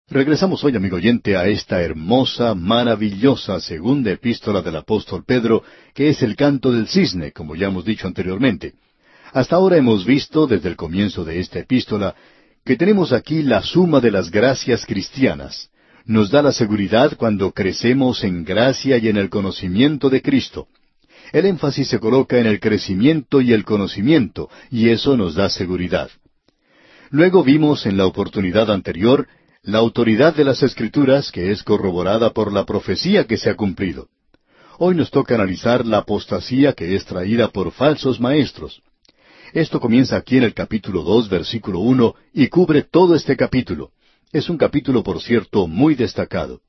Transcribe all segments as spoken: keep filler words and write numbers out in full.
Regresamos hoy, amigo oyente, a esta hermosa, maravillosa segunda epístola del apóstol Pedro, que es el canto del cisne, como ya hemos dicho anteriormente. Hasta ahora hemos visto, desde el comienzo de esta epístola, que tenemos aquí la suma de las gracias cristianas. Nos da la seguridad cuando crecemos en gracia y en el conocimiento de Cristo. El énfasis se coloca en el crecimiento y el conocimiento, y eso nos da seguridad. Luego vimos en la oportunidad anterior la autoridad de las Escrituras, que es corroborada por la profecía que se ha cumplido. Hoy nos toca analizar la apostasía que es traída por falsos maestros. Esto comienza aquí en el capítulo dos, versículo uno, y cubre todo este capítulo. Es un capítulo, por cierto, muy destacado.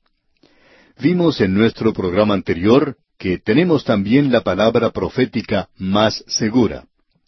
Vimos en nuestro programa anterior que tenemos también la palabra profética más segura.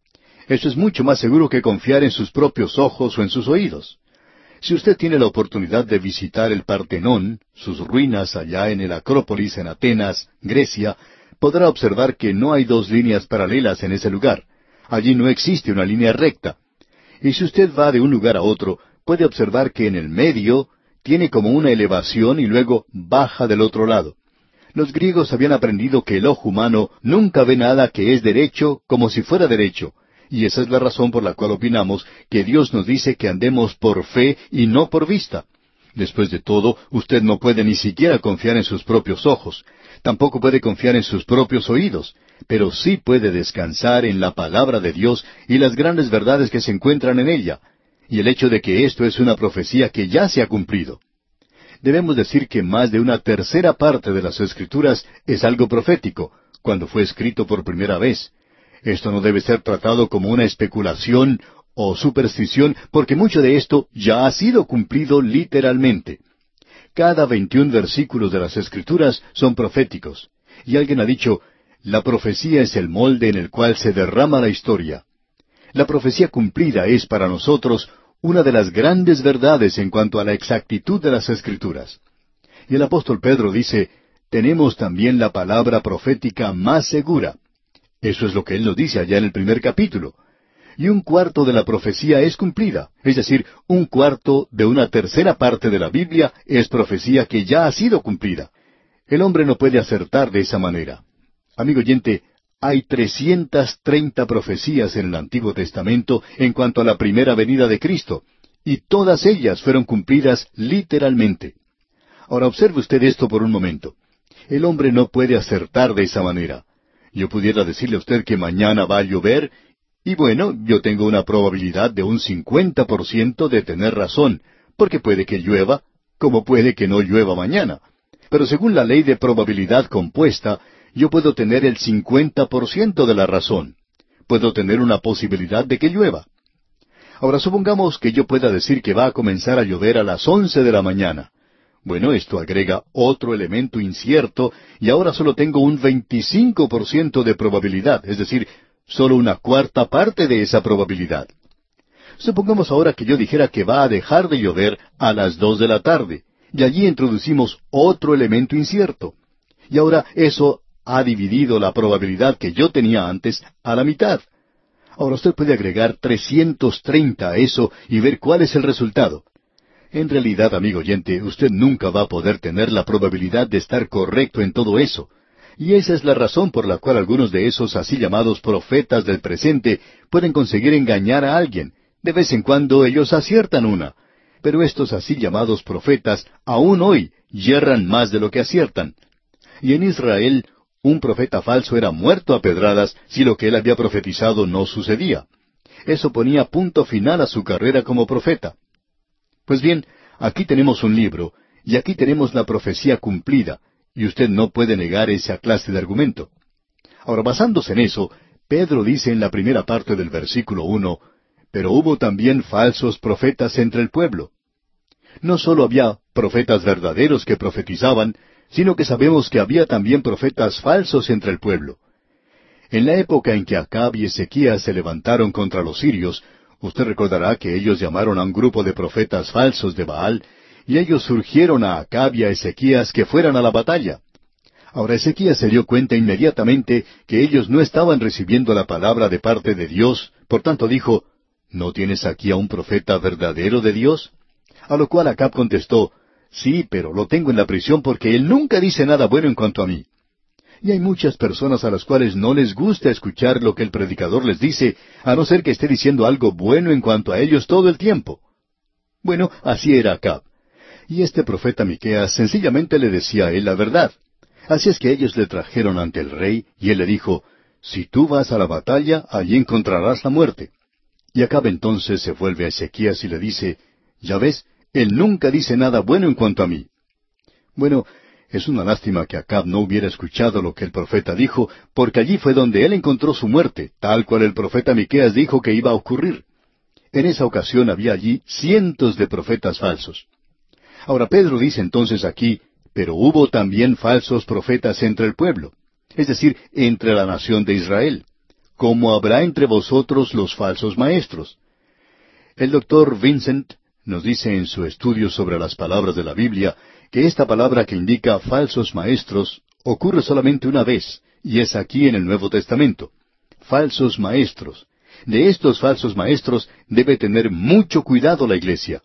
Eso es mucho más seguro que confiar en sus propios ojos o en sus oídos. Si usted tiene la oportunidad de visitar el Partenón, sus ruinas allá en el Acrópolis en Atenas, Grecia, podrá observar que no hay dos líneas paralelas en ese lugar. Allí no existe una línea recta. Y si usted va de un lugar a otro, puede observar que en el medio tiene como una elevación y luego baja del otro lado. Los griegos habían aprendido que el ojo humano nunca ve nada que es derecho como si fuera derecho. Y esa es la razón por la cual opinamos que Dios nos dice que andemos por fe y no por vista. Después de todo, usted no puede ni siquiera confiar en sus propios ojos. Tampoco puede confiar en sus propios oídos. Pero sí puede descansar en la palabra de Dios y las grandes verdades que se encuentran en ella. Y el hecho de que esto es una profecía que ya se ha cumplido. Debemos decir que más de una tercera parte de las Escrituras es algo profético, cuando fue escrito por primera vez. Esto no debe ser tratado como una especulación o superstición, porque mucho de esto ya ha sido cumplido literalmente. Cada veintiún versículos de las Escrituras son proféticos. Y alguien ha dicho, la profecía es el molde en el cual se derrama la historia. La profecía cumplida es para nosotros una de las grandes verdades en cuanto a la exactitud de las Escrituras. Y el apóstol Pedro dice, tenemos también la palabra profética más segura. Eso es lo que él nos dice allá en el primer capítulo. Y un cuarto de la profecía es cumplida, es decir, un cuarto de una tercera parte de la Biblia es profecía que ya ha sido cumplida. El hombre no puede acertar de esa manera. Amigo oyente, hay trescientas treinta profecías en el Antiguo Testamento en cuanto a la primera venida de Cristo, y todas ellas fueron cumplidas literalmente. Ahora observe usted esto por un momento. El hombre no puede acertar de esa manera. Yo pudiera decirle a usted que mañana va a llover, y bueno, yo tengo una probabilidad de un cincuenta por ciento de tener razón, porque puede que llueva, como puede que no llueva mañana. Pero según la ley de probabilidad compuesta, yo puedo tener el cincuenta por ciento de la razón. Puedo tener una posibilidad de que llueva. Ahora supongamos que yo pueda decir que va a comenzar a llover a las once de la mañana. Bueno, esto agrega otro elemento incierto y ahora solo tengo un veinticinco por ciento de probabilidad, es decir, solo una cuarta parte de esa probabilidad. Supongamos ahora que yo dijera que va a dejar de llover a las dos de la tarde, y allí introducimos otro elemento incierto. Y ahora eso ha dividido la probabilidad que yo tenía antes a la mitad. Ahora usted puede agregar trescientos treinta a eso y ver cuál es el resultado. En realidad, amigo oyente, usted nunca va a poder tener la probabilidad de estar correcto en todo eso. Y esa es la razón por la cual algunos de esos así llamados profetas del presente pueden conseguir engañar a alguien. De vez en cuando ellos aciertan una. Pero estos así llamados profetas, aún hoy, yerran más de lo que aciertan. Y en Israel, un profeta falso era muerto a pedradas si lo que él había profetizado no sucedía. Eso ponía punto final a su carrera como profeta. Pues bien, aquí tenemos un libro, y aquí tenemos la profecía cumplida, y usted no puede negar esa clase de argumento. Ahora, basándose en eso, Pedro dice en la primera parte del versículo uno, pero hubo también falsos profetas entre el pueblo. No solo había profetas verdaderos que profetizaban, sino que sabemos que había también profetas falsos entre el pueblo. En la época en que Acab y Ezequías se levantaron contra los sirios, usted recordará que ellos llamaron a un grupo de profetas falsos de Baal, y ellos surgieron a Acab y a Ezequías que fueran a la batalla. Ahora Ezequías se dio cuenta inmediatamente que ellos no estaban recibiendo la palabra de parte de Dios, por tanto dijo, ¿no tienes aquí a un profeta verdadero de Dios? A lo cual Acab contestó, Sí, pero lo tengo en la prisión porque él nunca dice nada bueno en cuanto a mí. Y hay muchas personas a las cuales no les gusta escuchar lo que el predicador les dice, a no ser que esté diciendo algo bueno en cuanto a ellos todo el tiempo. Bueno, así era Acab. Y este profeta Miqueas sencillamente le decía a él la verdad. Así es que ellos le trajeron ante el rey, y él le dijo, si tú vas a la batalla, allí encontrarás la muerte. Y Acab entonces se vuelve a Ezequías y le dice, ya ves, él nunca dice nada bueno en cuanto a mí. Bueno, es una lástima que Acab no hubiera escuchado lo que el profeta dijo, porque allí fue donde él encontró su muerte, tal cual el profeta Miqueas dijo que iba a ocurrir. En esa ocasión había allí cientos de profetas falsos. Ahora Pedro dice entonces aquí, pero hubo también falsos profetas entre el pueblo, es decir, entre la nación de Israel, como habrá entre vosotros los falsos maestros. El doctor Vincent nos dice en su estudio sobre las palabras de la Biblia que esta palabra que indica falsos maestros ocurre solamente una vez, y es aquí en el Nuevo Testamento. Falsos maestros. De estos falsos maestros debe tener mucho cuidado la iglesia.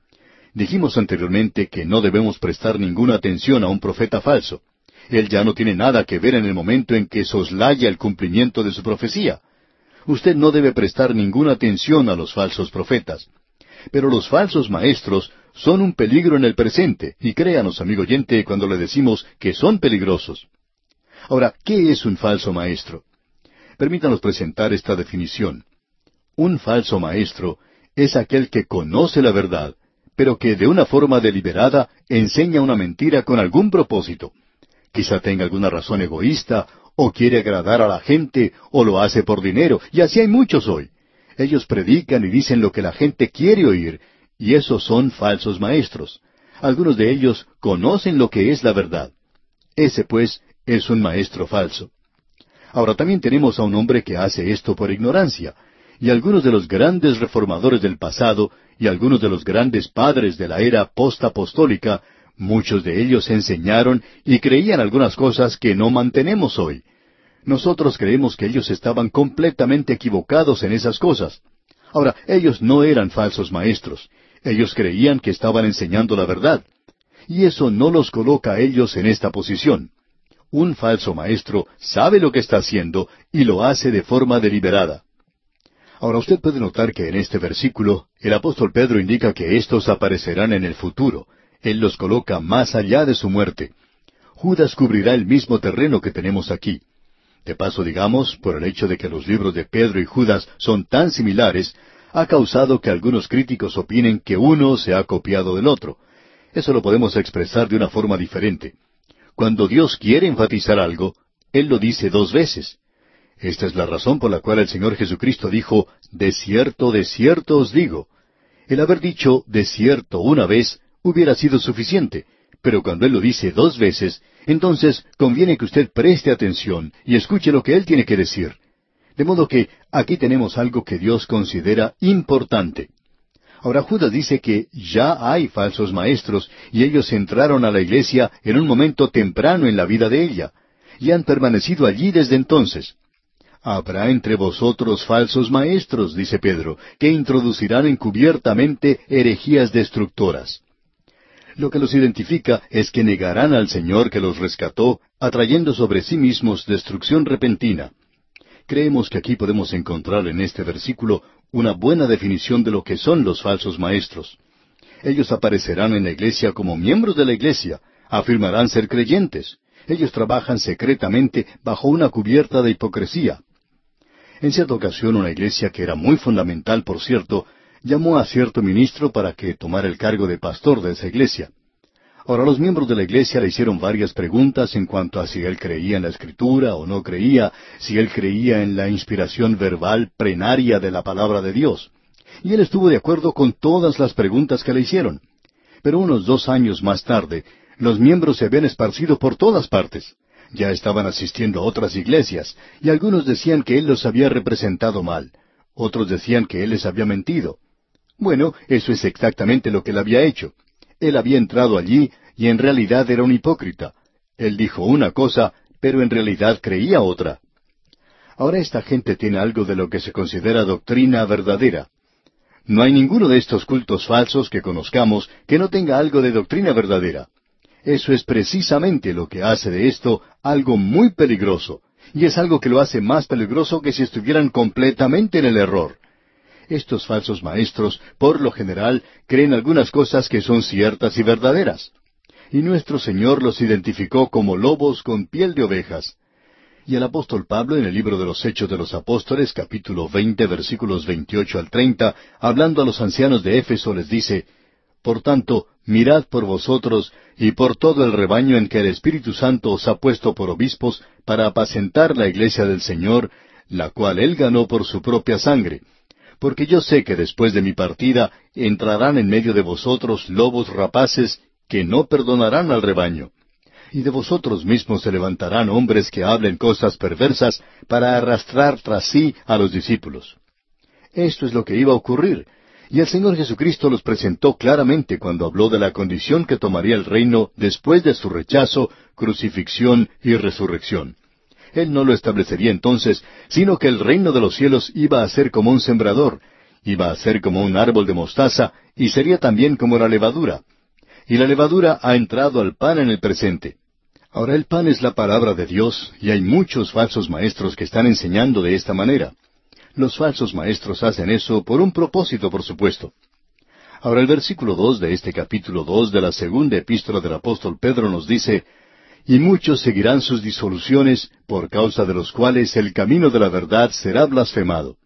Dijimos anteriormente que no debemos prestar ninguna atención a un profeta falso. Él ya no tiene nada que ver en el momento en que soslaya el cumplimiento de su profecía. Usted no debe prestar ninguna atención a los falsos profetas. Pero los falsos maestros son un peligro en el presente, y créanos, amigo oyente, cuando le decimos que son peligrosos. Ahora, ¿qué es un falso maestro? Permítanos presentar esta definición. Un falso maestro es aquel que conoce la verdad, pero que de una forma deliberada enseña una mentira con algún propósito. Quizá tenga alguna razón egoísta, o quiere agradar a la gente, o lo hace por dinero, y así hay muchos hoy. Ellos predican y dicen lo que la gente quiere oír, y esos son falsos maestros. Algunos de ellos conocen lo que es la verdad. Ese, pues, es un maestro falso. Ahora también tenemos a un hombre que hace esto por ignorancia, y algunos de los grandes reformadores del pasado, y algunos de los grandes padres de la era postapostólica, muchos de ellos enseñaron y creían algunas cosas que no mantenemos hoy. Nosotros creemos que ellos estaban completamente equivocados en esas cosas. Ahora, ellos no eran falsos maestros. Ellos creían que estaban enseñando la verdad. Y eso no los coloca a ellos en esta posición. Un falso maestro sabe lo que está haciendo y lo hace de forma deliberada. Ahora usted puede notar que en este versículo el apóstol Pedro indica que éstos aparecerán en el futuro. Él los coloca más allá de su muerte. Judas cubrirá el mismo terreno que tenemos aquí. De paso, digamos, por el hecho de que los libros de Pedro y Judas son tan similares, ha causado que algunos críticos opinen que uno se ha copiado del otro. Eso lo podemos expresar de una forma diferente. Cuando Dios quiere enfatizar algo, Él lo dice dos veces. Esta es la razón por la cual el Señor Jesucristo dijo, de cierto, de cierto os digo. El haber dicho de cierto una vez hubiera sido suficiente, pero cuando Él lo dice dos veces, entonces conviene que usted preste atención y escuche lo que Él tiene que decir. De modo que aquí tenemos algo que Dios considera importante. Ahora Judas dice que ya hay falsos maestros y ellos entraron a la iglesia en un momento temprano en la vida de ella, y han permanecido allí desde entonces. Habrá entre vosotros falsos maestros, dice Pedro, que introducirán encubiertamente herejías destructoras. Lo que los identifica es que negarán al Señor que los rescató, atrayendo sobre sí mismos destrucción repentina. Creemos que aquí podemos encontrar en este versículo una buena definición de lo que son los falsos maestros. Ellos aparecerán en la iglesia como miembros de la iglesia, afirmarán ser creyentes. Ellos trabajan secretamente bajo una cubierta de hipocresía. En cierta ocasión una iglesia que era muy fundamental, por cierto, llamó a cierto ministro para que tomara el cargo de pastor de esa iglesia. Ahora los miembros de la iglesia le hicieron varias preguntas en cuanto a si él creía en la Escritura o no creía, si él creía en la inspiración verbal plenaria de la palabra de Dios. Y él estuvo de acuerdo con todas las preguntas que le hicieron. Pero unos dos años más tarde, los miembros se habían esparcido por todas partes. Ya estaban asistiendo a otras iglesias, y algunos decían que él los había representado mal. Otros decían que él les había mentido. Bueno, eso es exactamente lo que él había hecho. Él había entrado allí y en realidad era un hipócrita. Él dijo una cosa, pero en realidad creía otra. Ahora esta gente tiene algo de lo que se considera doctrina verdadera. No hay ninguno de estos cultos falsos que conozcamos que no tenga algo de doctrina verdadera. Eso es precisamente lo que hace de esto algo muy peligroso, y es algo que lo hace más peligroso que si estuvieran completamente en el error. Estos falsos maestros, por lo general, creen algunas cosas que son ciertas y verdaderas. Y nuestro Señor los identificó como lobos con piel de ovejas. Y el apóstol Pablo, en el libro de los Hechos de los Apóstoles, capítulo veinte, versículos veintiocho al treinta, hablando a los ancianos de Éfeso, les dice: Por tanto, mirad por vosotros y por todo el rebaño en que el Espíritu Santo os ha puesto por obispos para apacentar la iglesia del Señor, la cual Él ganó por su propia sangre. Porque yo sé que después de mi partida entrarán en medio de vosotros lobos rapaces que no perdonarán al rebaño. Y de vosotros mismos se levantarán hombres que hablen cosas perversas para arrastrar tras sí a los discípulos. Esto es lo que iba a ocurrir, y el Señor Jesucristo los presentó claramente cuando habló de la condición que tomaría el reino después de su rechazo, crucifixión y resurrección. Él no lo establecería entonces, sino que el reino de los cielos iba a ser como un sembrador, iba a ser como un árbol de mostaza, y sería también como la levadura. Y la levadura ha entrado al pan en el presente. Ahora el pan es la palabra de Dios, y hay muchos falsos maestros que están enseñando de esta manera. Los falsos maestros hacen eso por un propósito, por supuesto. Ahora el versículo dos de este capítulo dos de la segunda epístola del apóstol Pedro nos dice: Y muchos seguirán sus disoluciones, por causa de los cuales el camino de la verdad será blasfemado.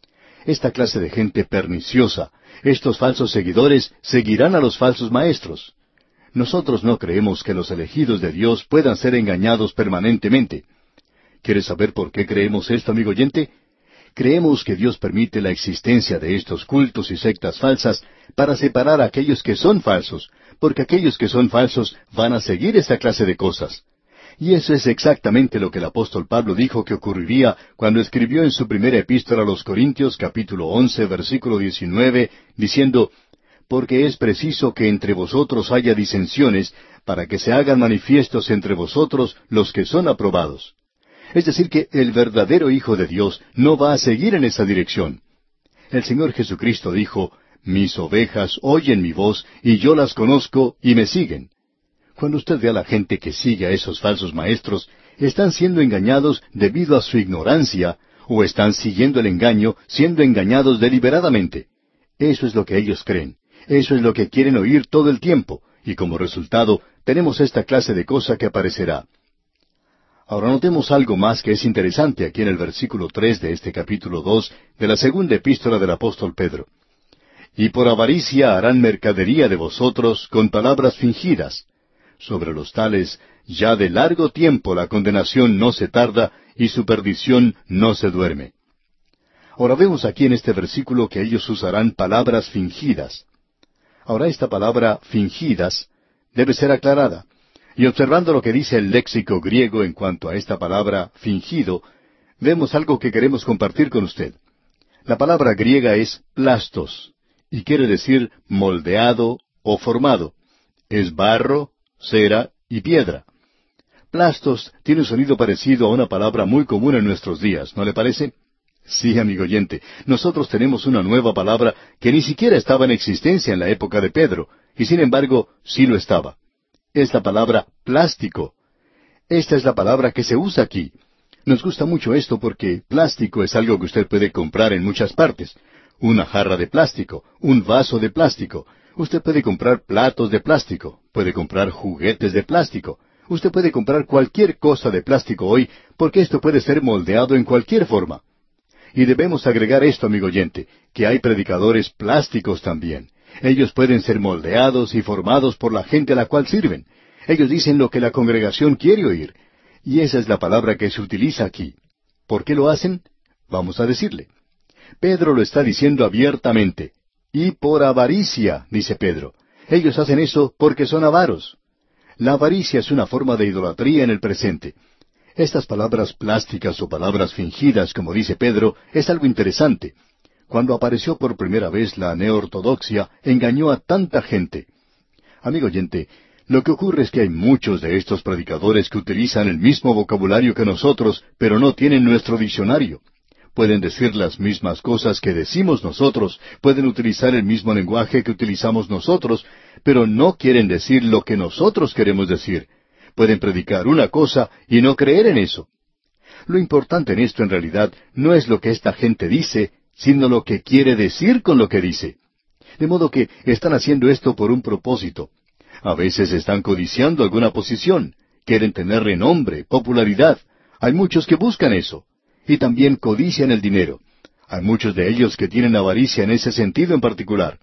Esta clase de gente perniciosa, estos falsos seguidores, seguirán a los falsos maestros. Nosotros no creemos que los elegidos de Dios puedan ser engañados permanentemente. ¿Quieres saber por qué creemos esto, amigo oyente? Creemos que Dios permite la existencia de estos cultos y sectas falsas para separar a aquellos que son falsos, porque aquellos que son falsos van a seguir esta clase de cosas. Y eso es exactamente lo que el apóstol Pablo dijo que ocurriría cuando escribió en su primera epístola a los Corintios, capítulo once, versículo diecinueve, diciendo: Porque es preciso que entre vosotros haya disensiones, para que se hagan manifiestos entre vosotros los que son aprobados. Es decir, que el verdadero Hijo de Dios no va a seguir en esa dirección. El Señor Jesucristo dijo: Mis ovejas oyen mi voz, y yo las conozco, y me siguen. Cuando usted ve a la gente que sigue a esos falsos maestros, están siendo engañados debido a su ignorancia, o están siguiendo el engaño, siendo engañados deliberadamente. Eso es lo que ellos creen. Eso es lo que quieren oír todo el tiempo, y como resultado tenemos esta clase de cosa que aparecerá. Ahora notemos algo más que es interesante aquí en el versículo tres de este capítulo dos de la segunda epístola del apóstol Pedro. Y por avaricia harán mercadería de vosotros con palabras fingidas. Sobre los tales, ya de largo tiempo la condenación no se tarda, y su perdición no se duerme. Ahora vemos aquí en este versículo que ellos usarán palabras fingidas. Ahora esta palabra fingidas debe ser aclarada. Y observando lo que dice el léxico griego en cuanto a esta palabra fingido, vemos algo que queremos compartir con usted. La palabra griega es plastos, y quiere decir moldeado o formado. Es barro, cera y piedra. Plastos tiene un sonido parecido a una palabra muy común en nuestros días, ¿no le parece? Sí, amigo oyente, nosotros tenemos una nueva palabra que ni siquiera estaba en existencia en la época de Pedro, y sin embargo sí lo estaba. Es la palabra plástico. Esta es la palabra que se usa aquí. Nos gusta mucho esto porque plástico es algo que usted puede comprar en muchas partes. Una jarra de plástico, un vaso de plástico. Usted puede comprar platos de plástico, puede comprar juguetes de plástico. Usted puede comprar cualquier cosa de plástico hoy porque esto puede ser moldeado en cualquier forma. Y debemos agregar esto, amigo oyente, que hay predicadores plásticos también. Ellos pueden ser moldeados y formados por la gente a la cual sirven. Ellos dicen lo que la congregación quiere oír. Y esa es la palabra que se utiliza aquí. ¿Por qué lo hacen? Vamos a decirle. Pedro lo está diciendo abiertamente. Y por avaricia, dice Pedro. Ellos hacen eso porque son avaros. La avaricia es una forma de idolatría en el presente. Estas palabras plásticas o palabras fingidas, como dice Pedro, es algo interesante. Cuando apareció por primera vez la neortodoxia, engañó a tanta gente. Amigo oyente, lo que ocurre es que hay muchos de estos predicadores que utilizan el mismo vocabulario que nosotros, pero no tienen nuestro diccionario. Pueden decir las mismas cosas que decimos nosotros, pueden utilizar el mismo lenguaje que utilizamos nosotros, pero no quieren decir lo que nosotros queremos decir. Pueden predicar una cosa y no creer en eso. Lo importante en esto en realidad no es lo que esta gente dice, sino lo que quiere decir con lo que dice. De modo que están haciendo esto por un propósito. A veces están codiciando alguna posición, quieren tener renombre, popularidad. Hay muchos que buscan eso. Y también codician el dinero. Hay muchos de ellos que tienen avaricia en ese sentido en particular.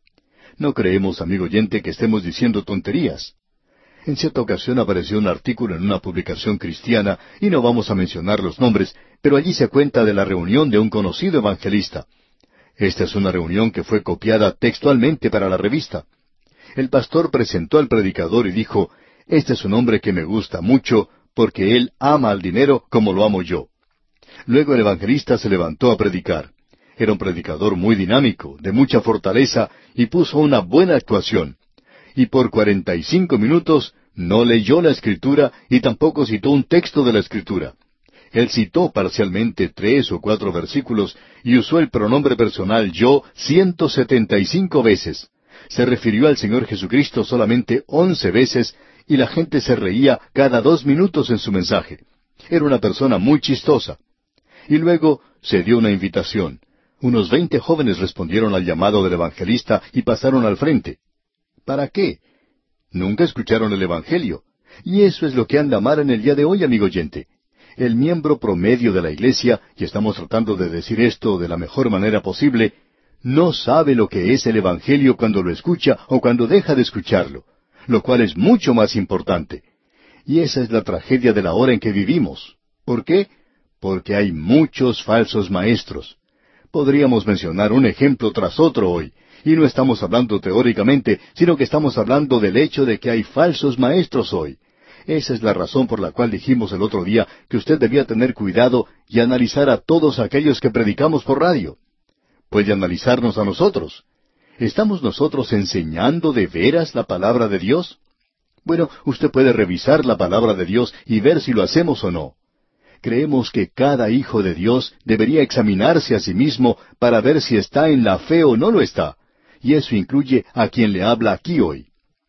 No creemos, amigo oyente, que estemos diciendo tonterías. En cierta ocasión apareció un artículo en una publicación cristiana, y no vamos a mencionar los nombres, pero allí se cuenta de la reunión de un conocido evangelista. Esta es una reunión que fue copiada textualmente para la revista. El pastor presentó al predicador y dijo, «Este es un hombre que me gusta mucho, porque él ama al dinero como lo amo yo». Luego el evangelista se levantó a predicar. Era un predicador muy dinámico, de mucha fortaleza, y puso una buena actuación. Y por cuarenta y cinco minutos no leyó la Escritura y tampoco citó un texto de la Escritura. Él citó parcialmente tres o cuatro versículos y usó el pronombre personal yo ciento setenta y cinco veces. Se refirió al Señor Jesucristo solamente once veces y la gente se reía cada dos minutos en su mensaje. Era una persona muy chistosa. Y luego se dio una invitación. Unos veinte jóvenes respondieron al llamado del evangelista y pasaron al frente. ¿Para qué? Nunca escucharon el Evangelio. Y eso es lo que anda mal en el día de hoy, amigo oyente. El miembro promedio de la iglesia, y estamos tratando de decir esto de la mejor manera posible, no sabe lo que es el Evangelio cuando lo escucha o cuando deja de escucharlo, lo cual es mucho más importante. Y esa es la tragedia de la hora en que vivimos. ¿Por qué? Porque hay muchos falsos maestros. Podríamos mencionar un ejemplo tras otro hoy, y no estamos hablando teóricamente, sino que estamos hablando del hecho de que hay falsos maestros hoy. Esa es la razón por la cual dijimos el otro día que usted debía tener cuidado y analizar a todos aquellos que predicamos por radio. Puede analizarnos a nosotros. ¿Estamos nosotros enseñando de veras la palabra de Dios? Bueno, usted puede revisar la palabra de Dios y ver si lo hacemos o no. Creemos que cada hijo de Dios debería examinarse a sí mismo para ver si está en la fe o no lo está. Y eso incluye a quien le habla aquí hoy.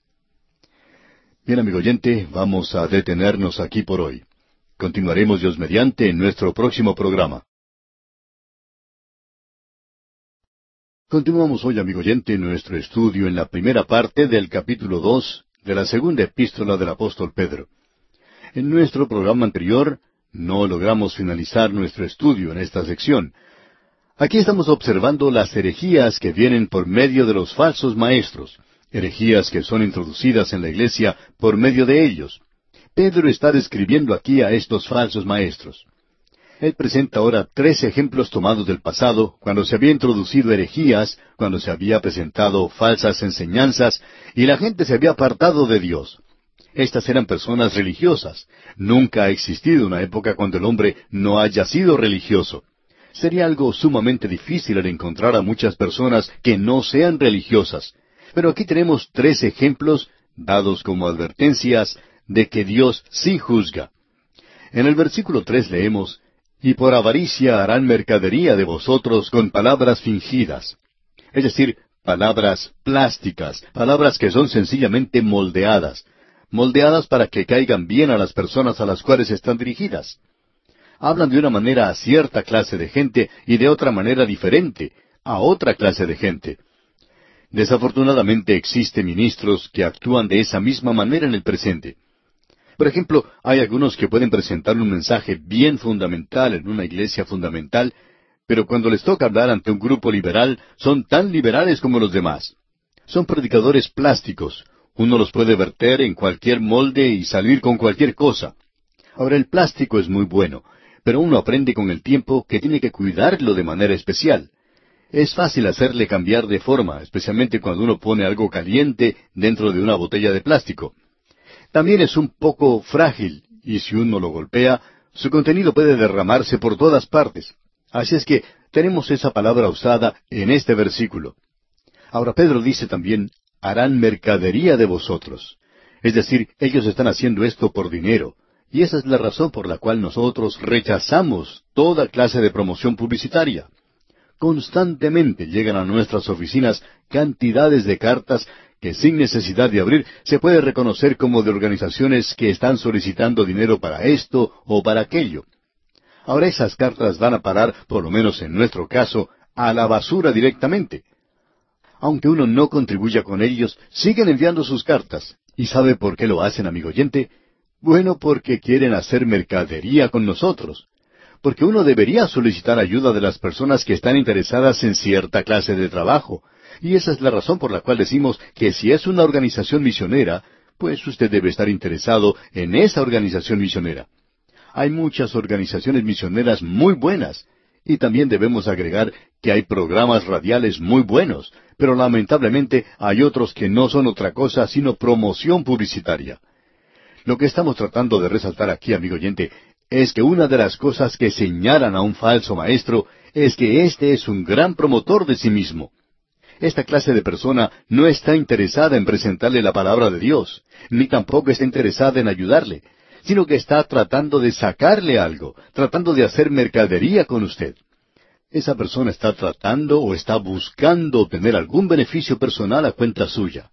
Bien, amigo oyente, vamos a detenernos aquí por hoy. Continuaremos Dios mediante en nuestro próximo programa. Continuamos hoy, amigo oyente, nuestro estudio en la primera parte del capítulo dos de la segunda epístola del apóstol Pedro. En nuestro programa anterior no logramos finalizar nuestro estudio en esta sección. Aquí estamos observando las herejías que vienen por medio de los falsos maestros, herejías que son introducidas en la iglesia por medio de ellos. Pedro está describiendo aquí a estos falsos maestros. Él presenta ahora tres ejemplos tomados del pasado, cuando se había introducido herejías, cuando se había presentado falsas enseñanzas, y la gente se había apartado de Dios. Estas eran personas religiosas. Nunca ha existido una época cuando el hombre no haya sido religioso. Sería algo sumamente difícil el encontrar a muchas personas que no sean religiosas. Pero aquí tenemos tres ejemplos, dados como advertencias, de que Dios sí juzga. En el versículo tres leemos, «Y por avaricia harán mercadería de vosotros con palabras fingidas». Es decir, palabras plásticas, palabras que son sencillamente moldeadas. moldeadas para que caigan bien a las personas a las cuales están dirigidas. Hablan de una manera a cierta clase de gente y de otra manera diferente a otra clase de gente. Desafortunadamente existen ministros que actúan de esa misma manera en el presente. Por ejemplo, hay algunos que pueden presentar un mensaje bien fundamental en una iglesia fundamental, pero cuando les toca hablar ante un grupo liberal, son tan liberales como los demás. Son predicadores plásticos. Uno los puede verter en cualquier molde y salir con cualquier cosa. Ahora, el plástico es muy bueno, pero uno aprende con el tiempo que tiene que cuidarlo de manera especial. Es fácil hacerle cambiar de forma, especialmente cuando uno pone algo caliente dentro de una botella de plástico. También es un poco frágil, y si uno lo golpea, su contenido puede derramarse por todas partes. Así es que tenemos esa palabra usada en este versículo. Ahora Pedro dice también, harán mercadería de vosotros. Es decir, ellos están haciendo esto por dinero, Y esa es la razón por la cual nosotros rechazamos toda clase de promoción publicitaria. Constantemente llegan a nuestras oficinas cantidades de cartas que sin necesidad de abrir se puede reconocer como de organizaciones que están solicitando dinero para esto o para aquello. Ahora esas cartas van a parar, por lo menos en nuestro caso, a la basura directamente. Aunque uno no contribuya con ellos, siguen enviando sus cartas. ¿Y sabe por qué lo hacen, amigo oyente? Bueno, porque quieren hacer mercadería con nosotros. Porque uno debería solicitar ayuda de las personas que están interesadas en cierta clase de trabajo. Y esa es la razón por la cual decimos que si es una organización misionera, pues usted debe estar interesado en esa organización misionera. Hay muchas organizaciones misioneras muy buenas. Y también debemos agregar que hay programas radiales muy buenos, pero lamentablemente hay otros que no son otra cosa sino promoción publicitaria. Lo que estamos tratando de resaltar aquí, amigo oyente, es que una de las cosas que señalan a un falso maestro es que éste es un gran promotor de sí mismo. Esta clase de persona no está interesada en presentarle la palabra de Dios, ni tampoco está interesada en ayudarle, sino que está tratando de sacarle algo, tratando de hacer mercadería con usted. Esa persona está tratando o está buscando obtener algún beneficio personal a cuenta suya.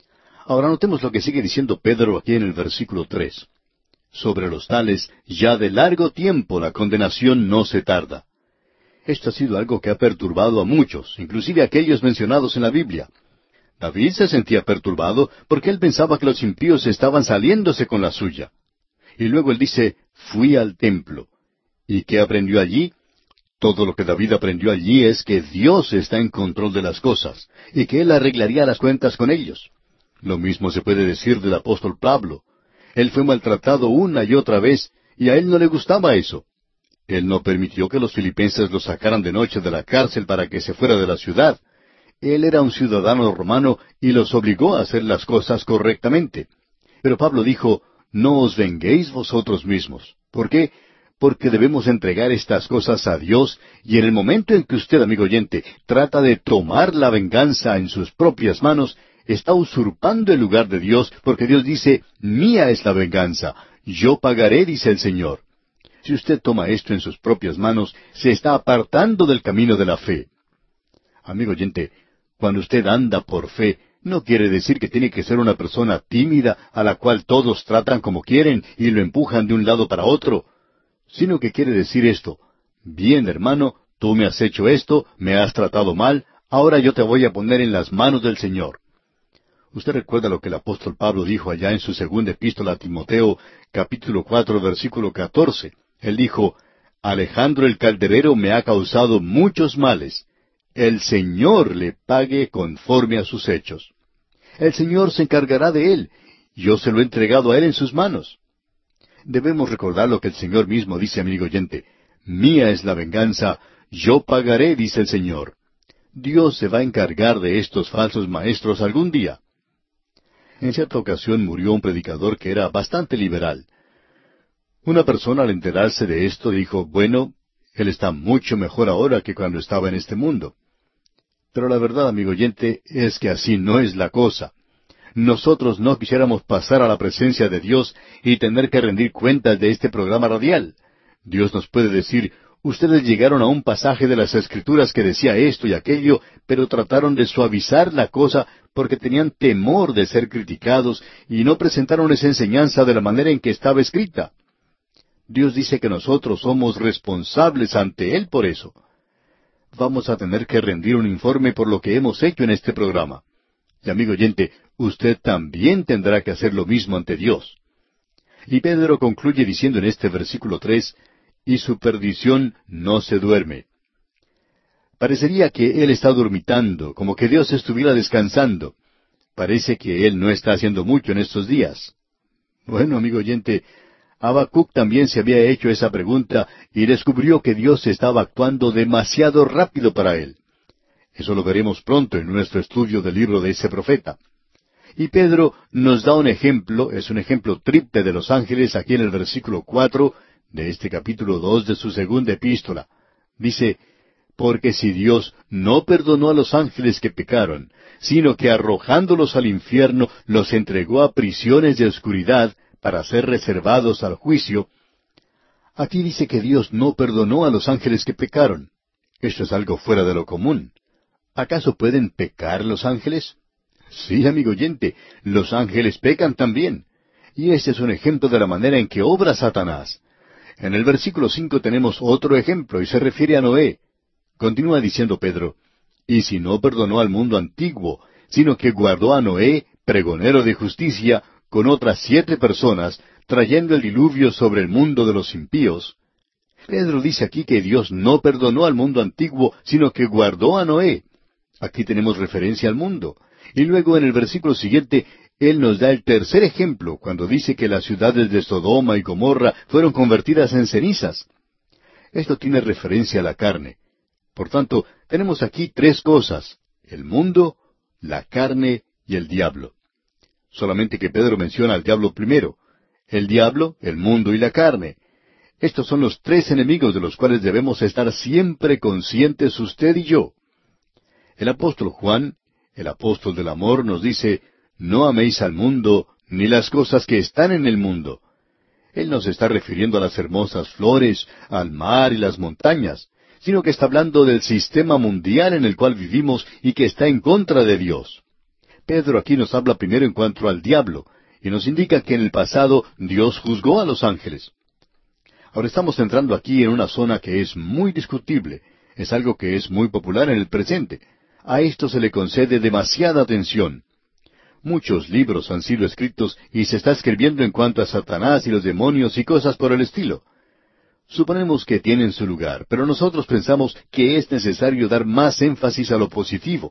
Ahora notemos lo que sigue diciendo Pedro aquí en el versículo tres. Sobre los tales, ya de largo tiempo la condenación no se tarda. Esto ha sido algo que ha perturbado a muchos, inclusive a aquellos mencionados en la Biblia. David se sentía perturbado porque él pensaba que los impíos estaban saliéndose con la suya. Y luego él dice, fui al templo. ¿Y qué aprendió allí? Todo lo que David aprendió allí es que Dios está en control de las cosas, y que Él arreglaría las cuentas con ellos. Lo mismo se puede decir del apóstol Pablo. Él fue maltratado una y otra vez, y a él no le gustaba eso. Él no permitió que los filipenses lo sacaran de noche de la cárcel para que se fuera de la ciudad. Él era un ciudadano romano y los obligó a hacer las cosas correctamente. Pero Pablo dijo, no os venguéis vosotros mismos. ¿Por qué? Porque debemos entregar estas cosas a Dios, y en el momento en que usted, amigo oyente, trata de tomar la venganza en sus propias manos, está usurpando el lugar de Dios, porque Dios dice, mía es la venganza, yo pagaré, dice el Señor. Si usted toma esto en sus propias manos, se está apartando del camino de la fe. Amigo oyente, cuando usted anda por fe, no quiere decir que tiene que ser una persona tímida a la cual todos tratan como quieren y lo empujan de un lado para otro, sino que quiere decir esto, bien hermano, tú me has hecho esto, me has tratado mal, ahora yo te voy a poner en las manos del Señor. Usted recuerda lo que el apóstol Pablo dijo allá en su segunda epístola a Timoteo, capítulo cuatro, versículo catorce. Él dijo, Alejandro el calderero me ha causado muchos males. El Señor le pague conforme a sus hechos. El Señor se encargará de él. Yo se lo he entregado a él en sus manos. Debemos recordar lo que el Señor mismo dice, amigo oyente. Mía es la venganza, yo pagaré, dice el Señor. Dios se va a encargar de estos falsos maestros algún día. En cierta ocasión murió un predicador que era bastante liberal. Una persona al enterarse de esto dijo, bueno, él está mucho mejor ahora que cuando estaba en este mundo. Pero la verdad, amigo oyente, es que así no es la cosa. Nosotros no quisiéramos pasar a la presencia de Dios y tener que rendir cuentas de este programa radial. Dios nos puede decir, ustedes llegaron a un pasaje de las Escrituras que decía esto y aquello, pero trataron de suavizar la cosa porque tenían temor de ser criticados y no presentaron esa enseñanza de la manera en que estaba escrita. Dios dice que nosotros somos responsables ante Él por eso. Vamos a tener que rendir un informe por lo que hemos hecho en este programa. Y amigo oyente, usted también tendrá que hacer lo mismo ante Dios. Y Pedro concluye diciendo en este versículo tres, y su perdición no se duerme. Parecería que él está dormitando, como que Dios estuviera descansando. Parece que él no está haciendo mucho en estos días. Bueno, amigo oyente, Habacuc también se había hecho esa pregunta y descubrió que Dios estaba actuando demasiado rápido para él. Eso lo veremos pronto en nuestro estudio del libro de ese profeta. Y Pedro nos da un ejemplo, es un ejemplo triple de los ángeles aquí en el versículo cuatro de este capítulo dos de su segunda epístola. Dice, porque si Dios no perdonó a los ángeles que pecaron, sino que arrojándolos al infierno los entregó a prisiones de oscuridad para ser reservados al juicio. Aquí dice que Dios no perdonó a los ángeles que pecaron. Esto es algo fuera de lo común. ¿Acaso pueden pecar los ángeles? Sí, amigo oyente, los ángeles pecan también. Y este es un ejemplo de la manera en que obra Satanás. En el versículo cinco tenemos otro ejemplo y se refiere a Noé. Continúa diciendo Pedro, y si no perdonó al mundo antiguo, sino que guardó a Noé, pregonero de justicia, con otras siete personas, trayendo el diluvio sobre el mundo de los impíos. Pedro dice aquí que Dios no perdonó al mundo antiguo, sino que guardó a Noé. Aquí tenemos referencia al mundo. Y luego en el versículo siguiente, Él nos da el tercer ejemplo, cuando dice que las ciudades de Sodoma y Gomorra fueron convertidas en cenizas. Esto tiene referencia a la carne. Por tanto, tenemos aquí tres cosas: el mundo, la carne y el diablo. Solamente que Pedro menciona al diablo primero. El diablo, el mundo y la carne. Estos son los tres enemigos de los cuales debemos estar siempre conscientes usted y yo. El apóstol Juan, el apóstol del amor, nos dice, no améis al mundo, ni las cosas que están en el mundo. Él no se está refiriendo a las hermosas flores, al mar y las montañas, sino que está hablando del sistema mundial en el cual vivimos y que está en contra de Dios. Pedro aquí nos habla primero en cuanto al diablo, y nos indica que en el pasado Dios juzgó a los ángeles. Ahora estamos entrando aquí en una zona que es muy discutible, es algo que es muy popular en el presente. A esto se le concede demasiada atención. Muchos libros han sido escritos y se está escribiendo en cuanto a Satanás y los demonios y cosas por el estilo. Suponemos que tienen su lugar, pero nosotros pensamos que es necesario dar más énfasis a lo positivo.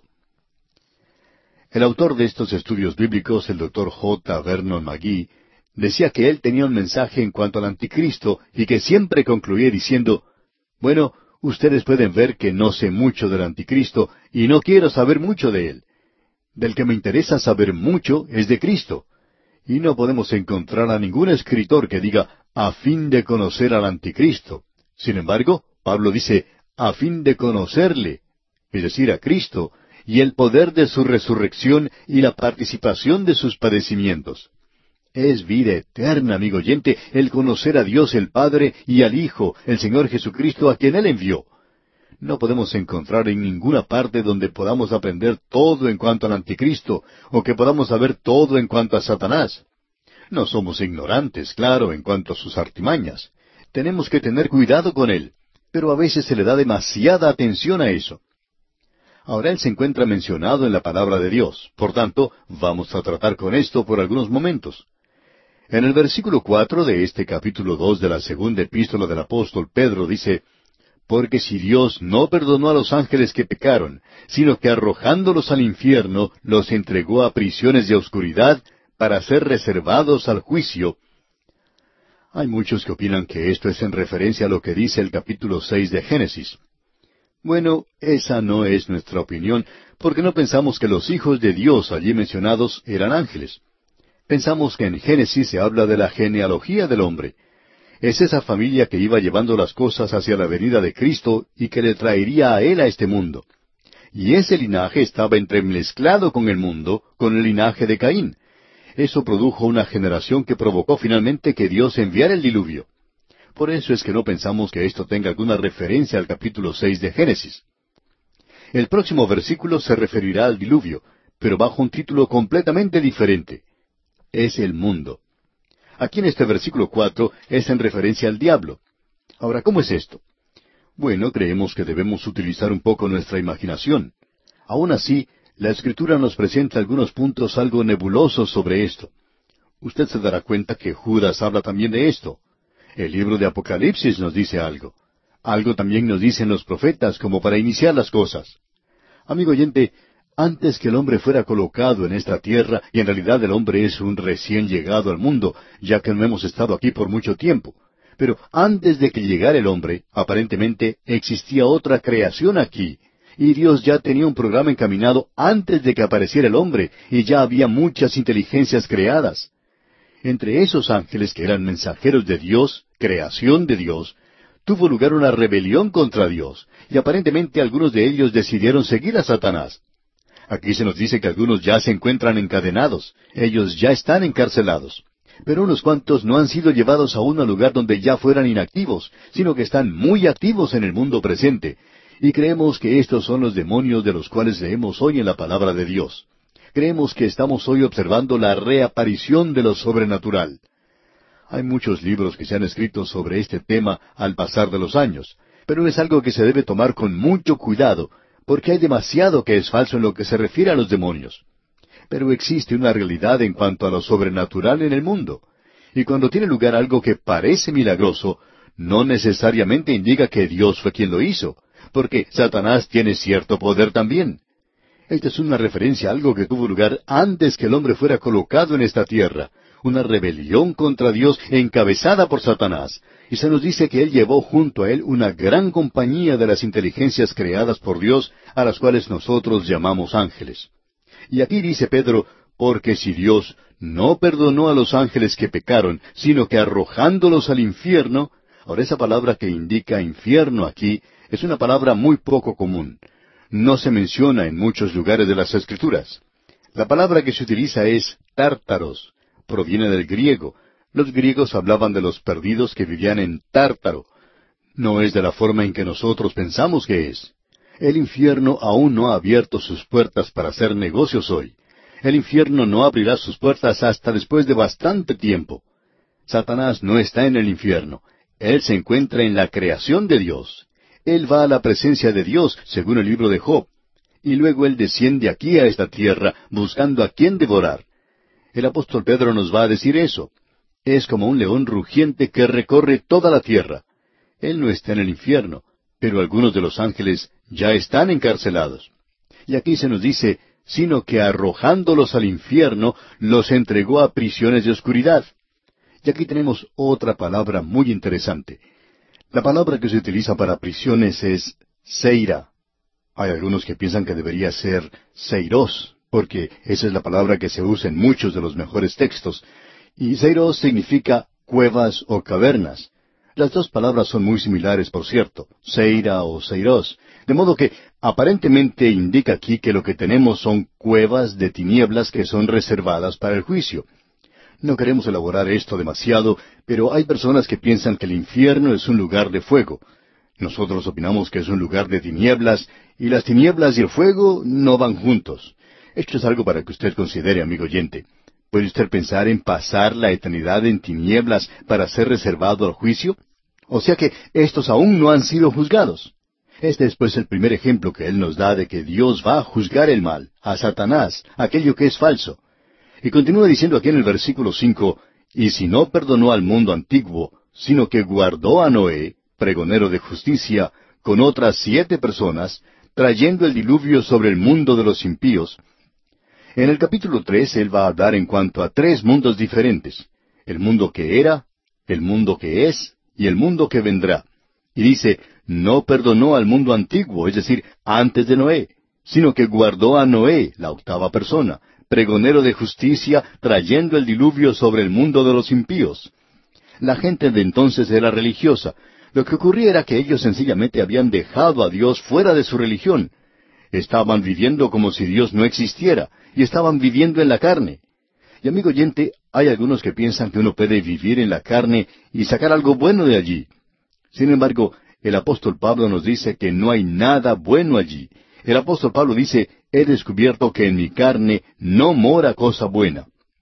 El autor de estos estudios bíblicos, el doctor J. Vernon McGee, decía que él tenía un mensaje en cuanto al anticristo y que siempre concluía diciendo, bueno, ustedes pueden ver que no sé mucho del anticristo y no quiero saber mucho de él. Del que me interesa saber mucho es de Cristo. Y no podemos encontrar a ningún escritor que diga, a fin de conocer al anticristo. Sin embargo, Pablo dice, a fin de conocerle, es decir, a Cristo, y el poder de su resurrección y la participación de sus padecimientos. Es vida eterna, amigo oyente, el conocer a Dios el Padre y al Hijo, el Señor Jesucristo, a quien Él envió. No podemos encontrar en ninguna parte donde podamos aprender todo en cuanto al anticristo, o que podamos saber todo en cuanto a Satanás. No somos ignorantes, claro, en cuanto a sus artimañas. Tenemos que tener cuidado con él, pero a veces se le da demasiada atención a eso. Ahora él se encuentra mencionado en la palabra de Dios, por tanto, vamos a tratar con esto por algunos momentos. En el versículo cuatro de este capítulo dos de la segunda epístola del apóstol Pedro dice, porque si Dios no perdonó a los ángeles que pecaron, sino que arrojándolos al infierno, los entregó a prisiones de oscuridad para ser reservados al juicio. Hay muchos que opinan que esto es en referencia a lo que dice el capítulo seis de Génesis. Bueno, esa no es nuestra opinión, porque no pensamos que los hijos de Dios allí mencionados eran ángeles. Pensamos que en Génesis se habla de la genealogía del hombre. Es esa familia que iba llevando las cosas hacia la venida de Cristo y que le traería a Él a este mundo. Y ese linaje estaba entremezclado con el mundo, con el linaje de Caín. Eso produjo una generación que provocó finalmente que Dios enviara el diluvio. Por eso es que no pensamos que esto tenga alguna referencia al capítulo seis de Génesis. El próximo versículo se referirá al diluvio, pero bajo un título completamente diferente. Es el mundo. Aquí en este versículo cuatro es en referencia al diablo. Ahora, ¿cómo es esto? Bueno, creemos que debemos utilizar un poco nuestra imaginación. Aún así, la Escritura nos presenta algunos puntos algo nebulosos sobre esto. Usted se dará cuenta que Judas habla también de esto. El libro de Apocalipsis nos dice algo. Algo también nos dicen los profetas como para iniciar las cosas. Amigo oyente, antes que el hombre fuera colocado en esta tierra, y en realidad el hombre es un recién llegado al mundo, ya que no hemos estado aquí por mucho tiempo. Pero antes de que llegara el hombre, aparentemente existía otra creación aquí, y Dios ya tenía un programa encaminado antes de que apareciera el hombre, y ya había muchas inteligencias creadas. Entre esos ángeles que eran mensajeros de Dios, creación de Dios, tuvo lugar una rebelión contra Dios, y aparentemente algunos de ellos decidieron seguir a Satanás. Aquí se nos dice que algunos ya se encuentran encadenados, ellos ya están encarcelados. Pero unos cuantos no han sido llevados aún al lugar donde ya fueran inactivos, sino que están muy activos en el mundo presente. Y creemos que estos son los demonios de los cuales leemos hoy en la palabra de Dios. Creemos que estamos hoy observando la reaparición de lo sobrenatural. Hay muchos libros que se han escrito sobre este tema al pasar de los años, pero es algo que se debe tomar con mucho cuidado, porque hay demasiado que es falso en lo que se refiere a los demonios. Pero existe una realidad en cuanto a lo sobrenatural en el mundo. Y cuando tiene lugar algo que parece milagroso, no necesariamente indica que Dios fue quien lo hizo, porque Satanás tiene cierto poder también. Esta es una referencia a algo que tuvo lugar antes que el hombre fuera colocado en esta tierra, una rebelión contra Dios encabezada por Satanás. Y se nos dice que él llevó junto a él una gran compañía de las inteligencias creadas por Dios, a las cuales nosotros llamamos ángeles. Y aquí dice Pedro, porque si Dios no perdonó a los ángeles que pecaron, sino que arrojándolos al infierno. Ahora esa palabra que indica infierno aquí es una palabra muy poco común. No se menciona en muchos lugares de las Escrituras. La palabra que se utiliza es tártaros. Proviene del griego. Los griegos hablaban de los perdidos que vivían en Tártaro. No es de la forma en que nosotros pensamos que es. El infierno aún no ha abierto sus puertas para hacer negocios hoy. El infierno no abrirá sus puertas hasta después de bastante tiempo. Satanás no está en el infierno. Él se encuentra en la creación de Dios. Él va a la presencia de Dios, según el libro de Job. Y luego él desciende aquí a esta tierra, buscando a quien devorar. El apóstol Pedro nos va a decir eso. Es como un león rugiente que recorre toda la tierra. Él no está en el infierno, pero algunos de los ángeles ya están encarcelados. Y aquí se nos dice, sino que arrojándolos al infierno, los entregó a prisiones de oscuridad. Y aquí tenemos otra palabra muy interesante. La palabra que se utiliza para prisiones es seira. Hay algunos que piensan que debería ser seiros, porque esa es la palabra que se usa en muchos de los mejores textos. Y seiros significa cuevas o cavernas. Las dos palabras son muy similares, por cierto, seira o seiros. De modo que aparentemente indica aquí que lo que tenemos son cuevas de tinieblas que son reservadas para el juicio. No queremos elaborar esto demasiado, pero hay personas que piensan que el infierno es un lugar de fuego. Nosotros opinamos que es un lugar de tinieblas, y las tinieblas y el fuego no van juntos. Esto es algo para que usted considere, amigo oyente. ¿Puede usted pensar en pasar la eternidad en tinieblas para ser reservado al juicio? O sea que estos aún no han sido juzgados. Este es pues el primer ejemplo que Él nos da de que Dios va a juzgar el mal, a Satanás, aquello que es falso. Y continúa diciendo aquí en el versículo cinco, y si no perdonó al mundo antiguo, sino que guardó a Noé, pregonero de justicia, con otras siete personas, trayendo el diluvio sobre el mundo de los impíos. En el capítulo tres Él va a hablar en cuanto a tres mundos diferentes, el mundo que era, el mundo que es, y el mundo que vendrá. Y dice, no perdonó al mundo antiguo, es decir, antes de Noé, sino que guardó a Noé, la octava persona, pregonero de justicia, trayendo el diluvio sobre el mundo de los impíos. La gente de entonces era religiosa. Lo que ocurría era que ellos sencillamente habían dejado a Dios fuera de su religión. Estaban viviendo como si Dios no existiera, y estaban viviendo en la carne. Y amigo oyente, hay algunos que piensan que uno puede vivir en la carne y sacar algo bueno de allí. Sin embargo, el apóstol Pablo nos dice que no hay nada bueno allí. El apóstol Pablo dice, he descubierto que en mi carne no mora cosa buena.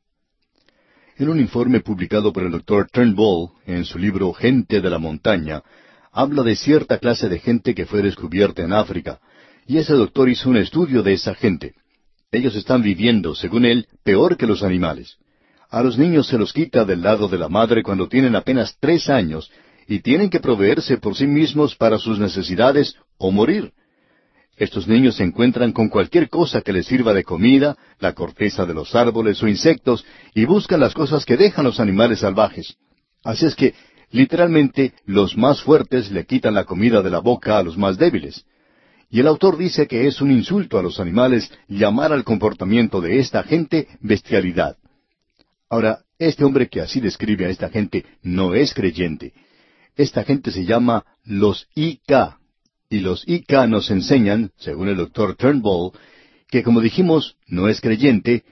En un informe publicado por el doctor Turnbull en su libro Gente de la Montaña, habla de cierta clase de gente que fue descubierta en África, y ese doctor hizo un estudio de esa gente. Ellos están viviendo, según él, peor que los animales. A los niños se los quita del lado de la madre cuando tienen apenas tres años, y tienen que proveerse por sí mismos para sus necesidades o morir. Estos niños se encuentran con cualquier cosa que les sirva de comida, la corteza de los árboles o insectos, y buscan las cosas que dejan los animales salvajes. Así es que, literalmente, los más fuertes le quitan la comida de la boca a los más débiles. Y el autor dice que es un insulto a los animales llamar al comportamiento de esta gente bestialidad. Ahora, este hombre que así describe a esta gente no es creyente. Esta gente se llama los I K. Y los I K nos enseñan, según el doctor Turnbull, que como dijimos, no es creyente,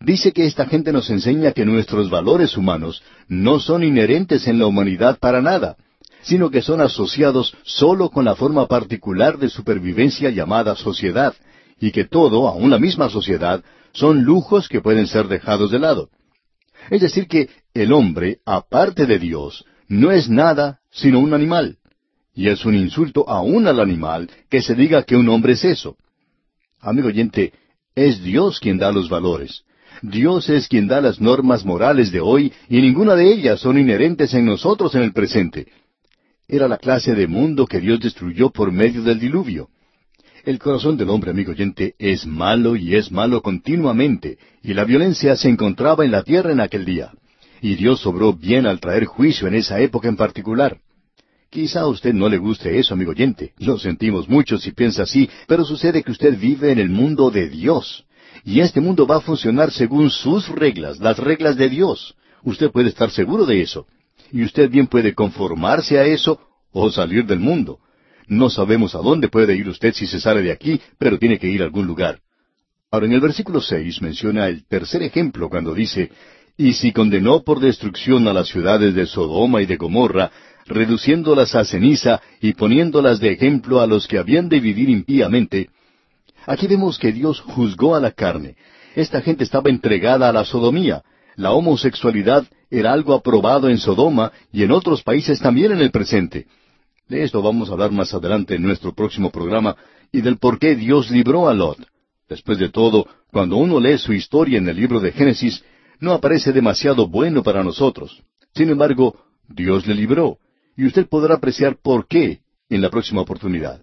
Dice que esta gente nos enseña que nuestros valores humanos no son inherentes en la humanidad para nada, sino que son asociados sólo con la forma particular de supervivencia llamada sociedad, y que todo, aun la misma sociedad, son lujos que pueden ser dejados de lado. Es decir que el hombre, aparte de Dios, no es nada sino un animal. Y es un insulto aún al animal que se diga que un hombre es eso. Amigo oyente, es Dios quien da los valores. Dios es quien da las normas morales de hoy y ninguna de ellas son inherentes en nosotros en el presente. Era la clase de mundo que Dios destruyó por medio del diluvio. El corazón del hombre, amigo oyente, es malo y es malo continuamente, y la violencia se encontraba en la tierra en aquel día. Y Dios obró bien al traer juicio en esa época en particular. Quizá a usted no le guste eso, amigo oyente. Lo sentimos mucho si piensa así, pero sucede que usted vive en el mundo de Dios. Y este mundo va a funcionar según sus reglas, las reglas de Dios. Usted puede estar seguro de eso. Y usted bien puede conformarse a eso o salir del mundo. No sabemos a dónde puede ir usted si se sale de aquí, pero tiene que ir a algún lugar. Ahora, en el versículo seis menciona el tercer ejemplo cuando dice, «Y si condenó por destrucción a las ciudades de Sodoma y de Gomorra, reduciéndolas a ceniza y poniéndolas de ejemplo a los que habían de vivir impíamente». Aquí vemos que Dios juzgó a la carne. Esta gente estaba entregada a la sodomía. La homosexualidad era algo aprobado en Sodoma y en otros países también en el presente. De esto vamos a hablar más adelante en nuestro próximo programa y del por qué Dios libró a Lot. Después de todo, cuando uno lee su historia en el libro de Génesis, no aparece demasiado bueno para nosotros. Sin embargo, Dios le libró, y usted podrá apreciar por qué en la próxima oportunidad.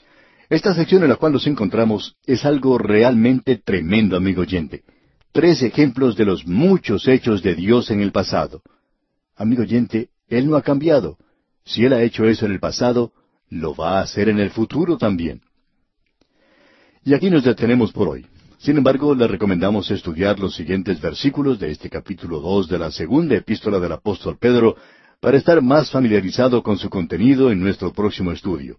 Esta sección en la cual nos encontramos es algo realmente tremendo, amigo oyente. Tres ejemplos de los muchos hechos de Dios en el pasado. Amigo oyente, Él no ha cambiado. Si Él ha hecho eso en el pasado, lo va a hacer en el futuro también. Y aquí nos detenemos por hoy. Sin embargo, le recomendamos estudiar los siguientes versículos de este capítulo dos de la segunda epístola del apóstol Pedro para estar más familiarizado con su contenido en nuestro próximo estudio.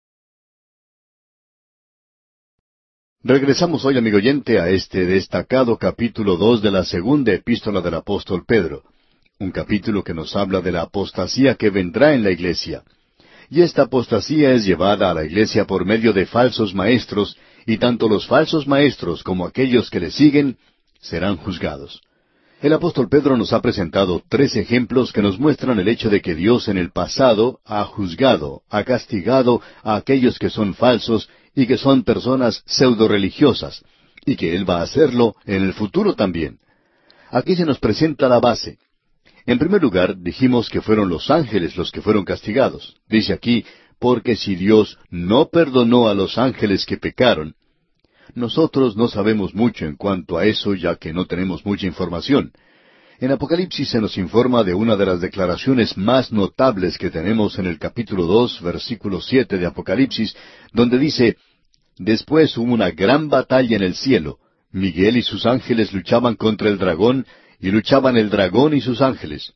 Regresamos hoy, amigo oyente, a este destacado capítulo dos de la segunda epístola del apóstol Pedro, un capítulo que nos habla de la apostasía que vendrá en la iglesia. Y esta apostasía es llevada a la iglesia por medio de falsos maestros, y tanto los falsos maestros como aquellos que le siguen serán juzgados. El apóstol Pedro nos ha presentado tres ejemplos que nos muestran el hecho de que Dios en el pasado ha juzgado, ha castigado a aquellos que son falsos y que son personas pseudo-religiosas, y que Él va a hacerlo en el futuro también. Aquí se nos presenta la base. En primer lugar, dijimos que fueron los ángeles los que fueron castigados. Dice aquí, porque si Dios no perdonó a los ángeles que pecaron. Nosotros no sabemos mucho en cuanto a eso, ya que no tenemos mucha información. En Apocalipsis se nos informa de una de las declaraciones más notables que tenemos en el capítulo dos, versículo siete de Apocalipsis, donde dice, «Después hubo una gran batalla en el cielo. Miguel y sus ángeles luchaban contra el dragón, y luchaban el dragón y sus ángeles».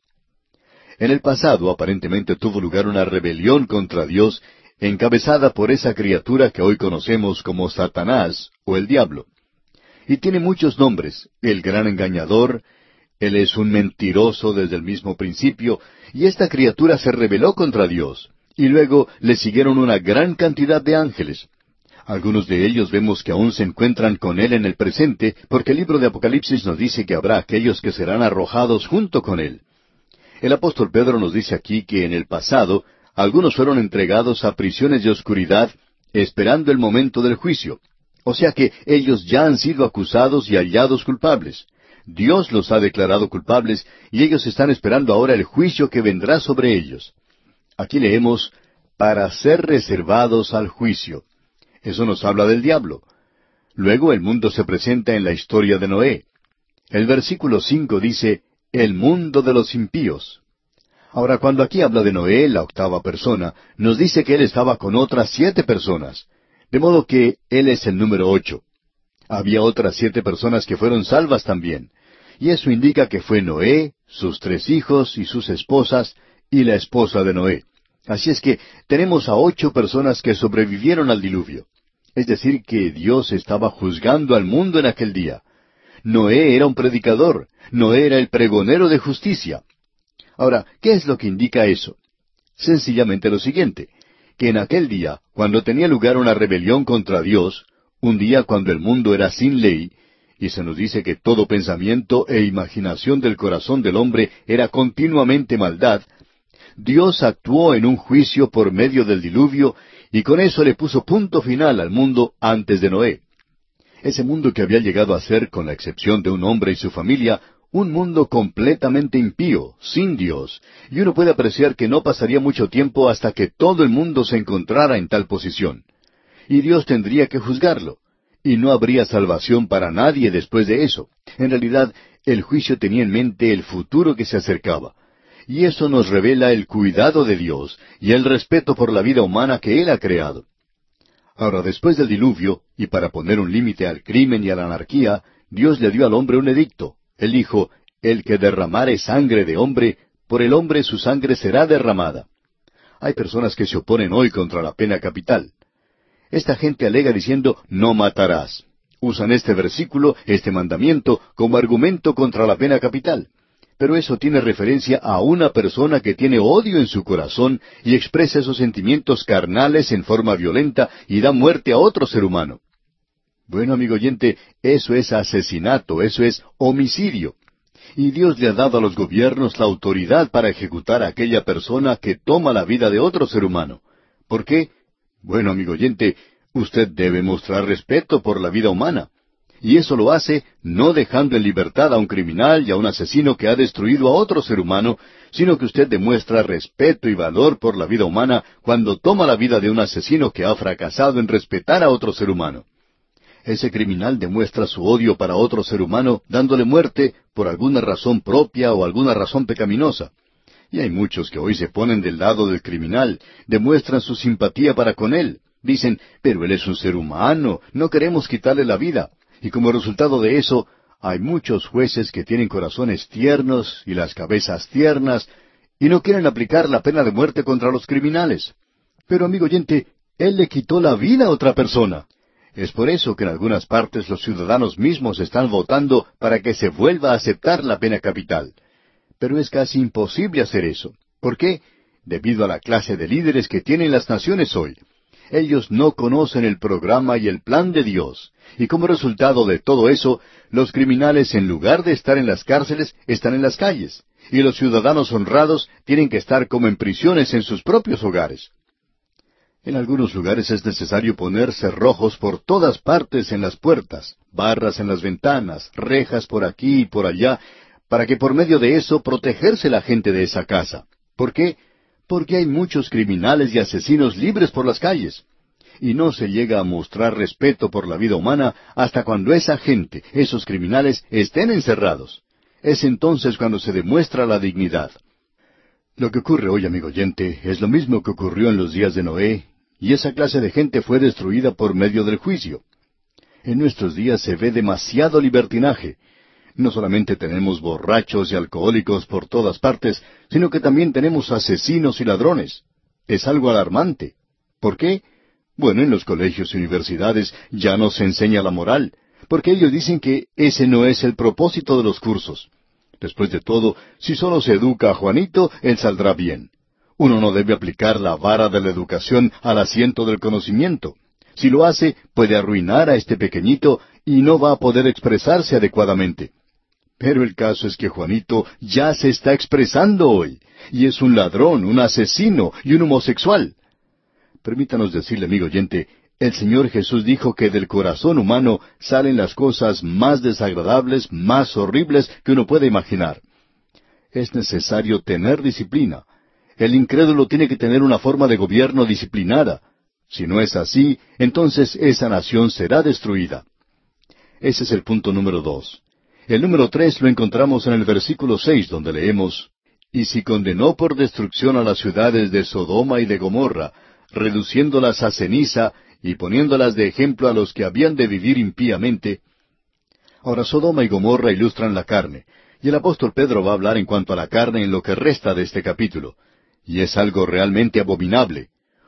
En el pasado aparentemente tuvo lugar una rebelión contra Dios, encabezada por esa criatura que hoy conocemos como Satanás o el diablo. Y tiene muchos nombres: el gran engañador. Él es un mentiroso desde el mismo principio, y esta criatura se rebeló contra Dios, y luego le siguieron una gran cantidad de ángeles. Algunos de ellos vemos que aún se encuentran con Él en el presente, porque el libro de Apocalipsis nos dice que habrá aquellos que serán arrojados junto con Él. El apóstol Pedro nos dice aquí que en el pasado algunos fueron entregados a prisiones de oscuridad, esperando el momento del juicio. O sea que ellos ya han sido acusados y hallados culpables. Dios los ha declarado culpables y ellos están esperando ahora el juicio que vendrá sobre ellos. Aquí leemos, para ser reservados al juicio. Eso nos habla del diablo. Luego el mundo se presenta en la historia de Noé. El versículo cinco dice, el mundo de los impíos. Ahora, cuando aquí habla de Noé, la octava persona, nos dice que él estaba con otras siete personas. De modo que él es el número ocho. Había otras siete personas que fueron salvas también. Y eso indica que fue Noé, sus tres hijos y sus esposas, y la esposa de Noé. Así es que tenemos a ocho personas que sobrevivieron al diluvio. Es decir, que Dios estaba juzgando al mundo en aquel día. Noé era un predicador. Noé era el pregonero de justicia. Ahora, ¿qué es lo que indica eso? Sencillamente lo siguiente, que en aquel día, cuando tenía lugar una rebelión contra Dios, un día cuando el mundo era sin ley, y se nos dice que todo pensamiento e imaginación del corazón del hombre era continuamente maldad, Dios actuó en un juicio por medio del diluvio, y con eso le puso punto final al mundo antes de Noé. Ese mundo que había llegado a ser, con la excepción de un hombre y su familia, un mundo completamente impío, sin Dios, y uno puede apreciar que no pasaría mucho tiempo hasta que todo el mundo se encontrara en tal posición. Y Dios tendría que juzgarlo, y no habría salvación para nadie después de eso. En realidad, el juicio tenía en mente el futuro que se acercaba. Y eso nos revela el cuidado de Dios y el respeto por la vida humana que Él ha creado. Ahora, después del diluvio, y para poner un límite al crimen y a la anarquía, Dios le dio al hombre un edicto. Él dijo, el que derramare sangre de hombre, por el hombre su sangre será derramada. Hay personas que se oponen hoy contra la pena capital. Esta gente alega diciendo, no matarás. Usan este versículo, este mandamiento, como argumento contra la pena capital. Pero eso tiene referencia a una persona que tiene odio en su corazón y expresa esos sentimientos carnales en forma violenta y da muerte a otro ser humano. Bueno, amigo oyente, eso es asesinato, eso es homicidio. Y Dios le ha dado a los gobiernos la autoridad para ejecutar a aquella persona que toma la vida de otro ser humano. ¿Por qué? Bueno, amigo oyente, usted debe mostrar respeto por la vida humana. Y eso lo hace no dejando en libertad a un criminal y a un asesino que ha destruido a otro ser humano, sino que usted demuestra respeto y valor por la vida humana cuando toma la vida de un asesino que ha fracasado en respetar a otro ser humano. Ese criminal demuestra su odio para otro ser humano dándole muerte por alguna razón propia o alguna razón pecaminosa. Y hay muchos que hoy se ponen del lado del criminal, demuestran su simpatía para con él. Dicen, pero él es un ser humano, no queremos quitarle la vida. Y como resultado de eso, hay muchos jueces que tienen corazones tiernos y las cabezas tiernas, y no quieren aplicar la pena de muerte contra los criminales. Pero, amigo oyente, él le quitó la vida a otra persona. Es por eso que en algunas partes los ciudadanos mismos están votando para que se vuelva a aceptar la pena capital. Pero es casi imposible hacer eso. ¿Por qué? Debido a la clase de líderes que tienen las naciones hoy. Ellos no conocen el programa y el plan de Dios. Y como resultado de todo eso, los criminales, en lugar de estar en las cárceles, están en las calles. Y los ciudadanos honrados tienen que estar como en prisiones en sus propios hogares. En algunos lugares es necesario poner cerrojos por todas partes en las puertas, barras en las ventanas, rejas por aquí y por allá, para que por medio de eso protegerse la gente de esa casa. ¿Por qué? Porque hay muchos criminales y asesinos libres por las calles. Y no se llega a mostrar respeto por la vida humana hasta cuando esa gente, esos criminales, estén encerrados. Es entonces cuando se demuestra la dignidad. Lo que ocurre hoy, amigo oyente, es lo mismo que ocurrió en los días de Noé, y esa clase de gente fue destruida por medio del juicio. En nuestros días se ve demasiado libertinaje. No solamente tenemos borrachos y alcohólicos por todas partes, sino que también tenemos asesinos y ladrones. Es algo alarmante. ¿Por qué? Bueno, en los colegios y universidades ya no se enseña la moral, porque ellos dicen que ese no es el propósito de los cursos. Después de todo, si solo se educa a Juanito, él saldrá bien. Uno no debe aplicar la vara de la educación al asiento del conocimiento. Si lo hace, puede arruinar a este pequeñito y no va a poder expresarse adecuadamente. Pero el caso es que Juanito ya se está expresando hoy, y es un ladrón, un asesino y un homosexual. Permítanos decirle, amigo oyente, el Señor Jesús dijo que del corazón humano salen las cosas más desagradables, más horribles que uno puede imaginar. Es necesario tener disciplina. El incrédulo tiene que tener una forma de gobierno disciplinada. Si no es así, entonces esa nación será destruida. Ese es el punto número dos. El número tres lo encontramos en el versículo seis, donde leemos, «Y si condenó por destrucción a las ciudades de Sodoma y de Gomorra, reduciéndolas a ceniza y poniéndolas de ejemplo a los que habían de vivir impíamente». Ahora, Sodoma y Gomorra ilustran la carne, y el apóstol Pedro va a hablar en cuanto a la carne en lo que resta de este capítulo. Y es algo realmente abominable.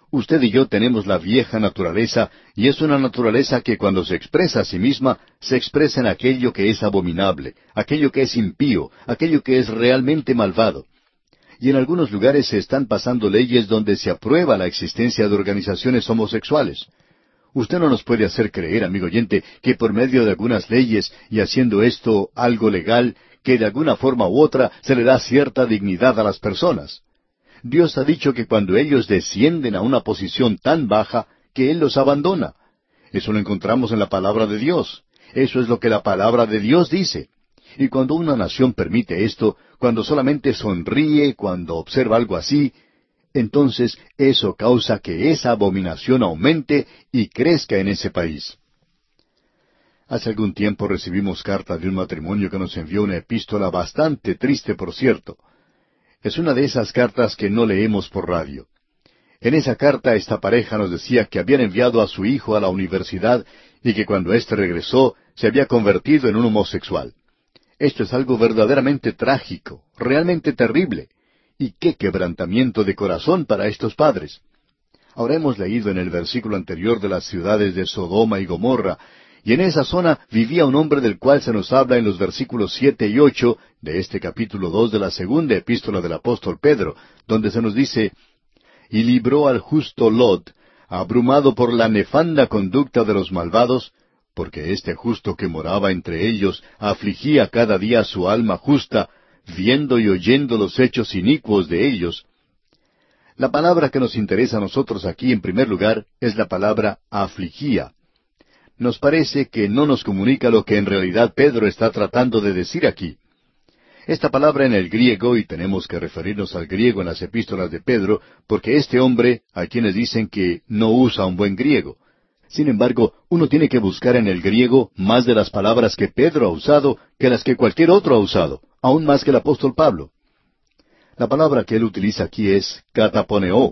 Usted y yo tenemos la vieja naturaleza, y es una naturaleza que cuando se expresa a sí misma, se expresa en aquello que es abominable, aquello que es impío, aquello que es realmente malvado. Y en algunos lugares se están pasando leyes donde se aprueba la existencia de organizaciones homosexuales. Usted no nos puede hacer creer, amigo oyente, que por medio de algunas leyes y haciendo esto algo legal, que de alguna forma u otra se le da cierta dignidad a las personas. Dios ha dicho que cuando ellos descienden a una posición tan baja, que Él los abandona. Eso lo encontramos en la palabra de Dios. Eso es lo que la palabra de Dios dice. Y cuando una nación permite esto, cuando solamente sonríe, cuando observa algo así, entonces eso causa que esa abominación aumente y crezca en ese país. Hace algún tiempo recibimos carta de un matrimonio que nos envió una epístola bastante triste, por cierto. Es una de esas cartas que no leemos por radio. En esa carta esta pareja nos decía que habían enviado a su hijo a la universidad y que cuando éste regresó se había convertido en un homosexual. Esto es algo verdaderamente trágico, realmente terrible. Y qué quebrantamiento de corazón para estos padres. Ahora hemos leído en el versículo anterior de las ciudades de Sodoma y Gomorra, y en esa zona vivía un hombre del cual se nos habla en los versículos siete y ocho de este capítulo dos de la segunda epístola del apóstol Pedro, donde se nos dice, «Y libró al justo Lot, abrumado por la nefanda conducta de los malvados, porque este justo que moraba entre ellos afligía cada día su alma justa, viendo y oyendo los hechos inicuos de ellos». La palabra que nos interesa a nosotros aquí en primer lugar es la palabra afligía. Nos parece que no nos comunica lo que en realidad Pedro está tratando de decir aquí. Esta palabra en el griego, y tenemos que referirnos al griego en las epístolas de Pedro, porque este hombre, hay quienes dicen que no usa un buen griego. Sin embargo, uno tiene que buscar en el griego más de las palabras que Pedro ha usado que las que cualquier otro ha usado, aún más que el apóstol Pablo. La palabra que él utiliza aquí es kataponeo,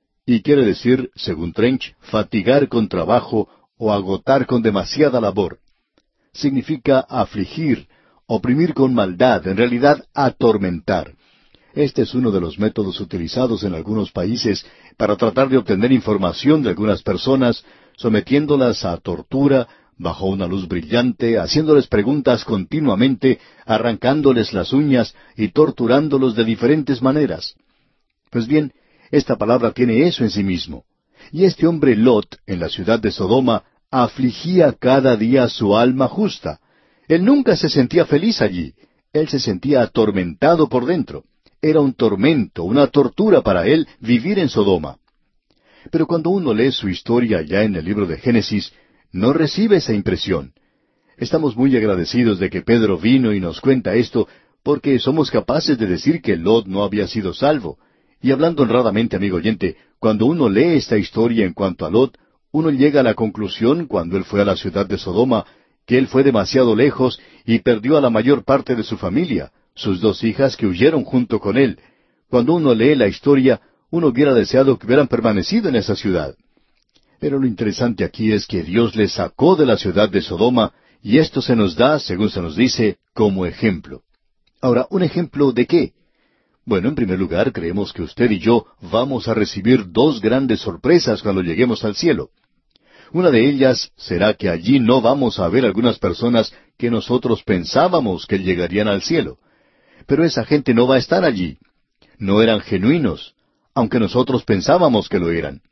y quiere decir, según Trench, fatigar con trabajo o agotar con demasiada labor. Significa afligir, oprimir con maldad, en realidad atormentar. Este es uno de los métodos utilizados en algunos países para tratar de obtener información de algunas personas, sometiéndolas a tortura, bajo una luz brillante, haciéndoles preguntas continuamente, arrancándoles las uñas y torturándolos de diferentes maneras. Pues bien, esta palabra tiene eso en sí mismo. Y este hombre Lot, en la ciudad de Sodoma, afligía cada día su alma justa. Él nunca se sentía feliz allí. Él se sentía atormentado por dentro. Era un tormento, una tortura para él vivir en Sodoma. Pero cuando uno lee su historia allá en el libro de Génesis, no recibe esa impresión. Estamos muy agradecidos de que Pedro vino y nos cuenta esto, porque somos capaces de decir que Lot no había sido salvo. Y hablando honradamente, amigo oyente, cuando uno lee esta historia en cuanto a Lot, uno llega a la conclusión, cuando él fue a la ciudad de Sodoma, que él fue demasiado lejos y perdió a la mayor parte de su familia, sus dos hijas que huyeron junto con él. Cuando uno lee la historia, uno hubiera deseado que hubieran permanecido en esa ciudad. Pero lo interesante aquí es que Dios les sacó de la ciudad de Sodoma, y esto se nos da, según se nos dice, como ejemplo. Ahora, ¿un ejemplo de qué? Bueno, en primer lugar, creemos que usted y yo vamos a recibir dos grandes sorpresas cuando lleguemos al cielo. Una de ellas será que allí no vamos a ver algunas personas que nosotros pensábamos que llegarían al cielo. Pero esa gente no va a estar allí. No eran genuinos, aunque nosotros pensábamos que lo eran.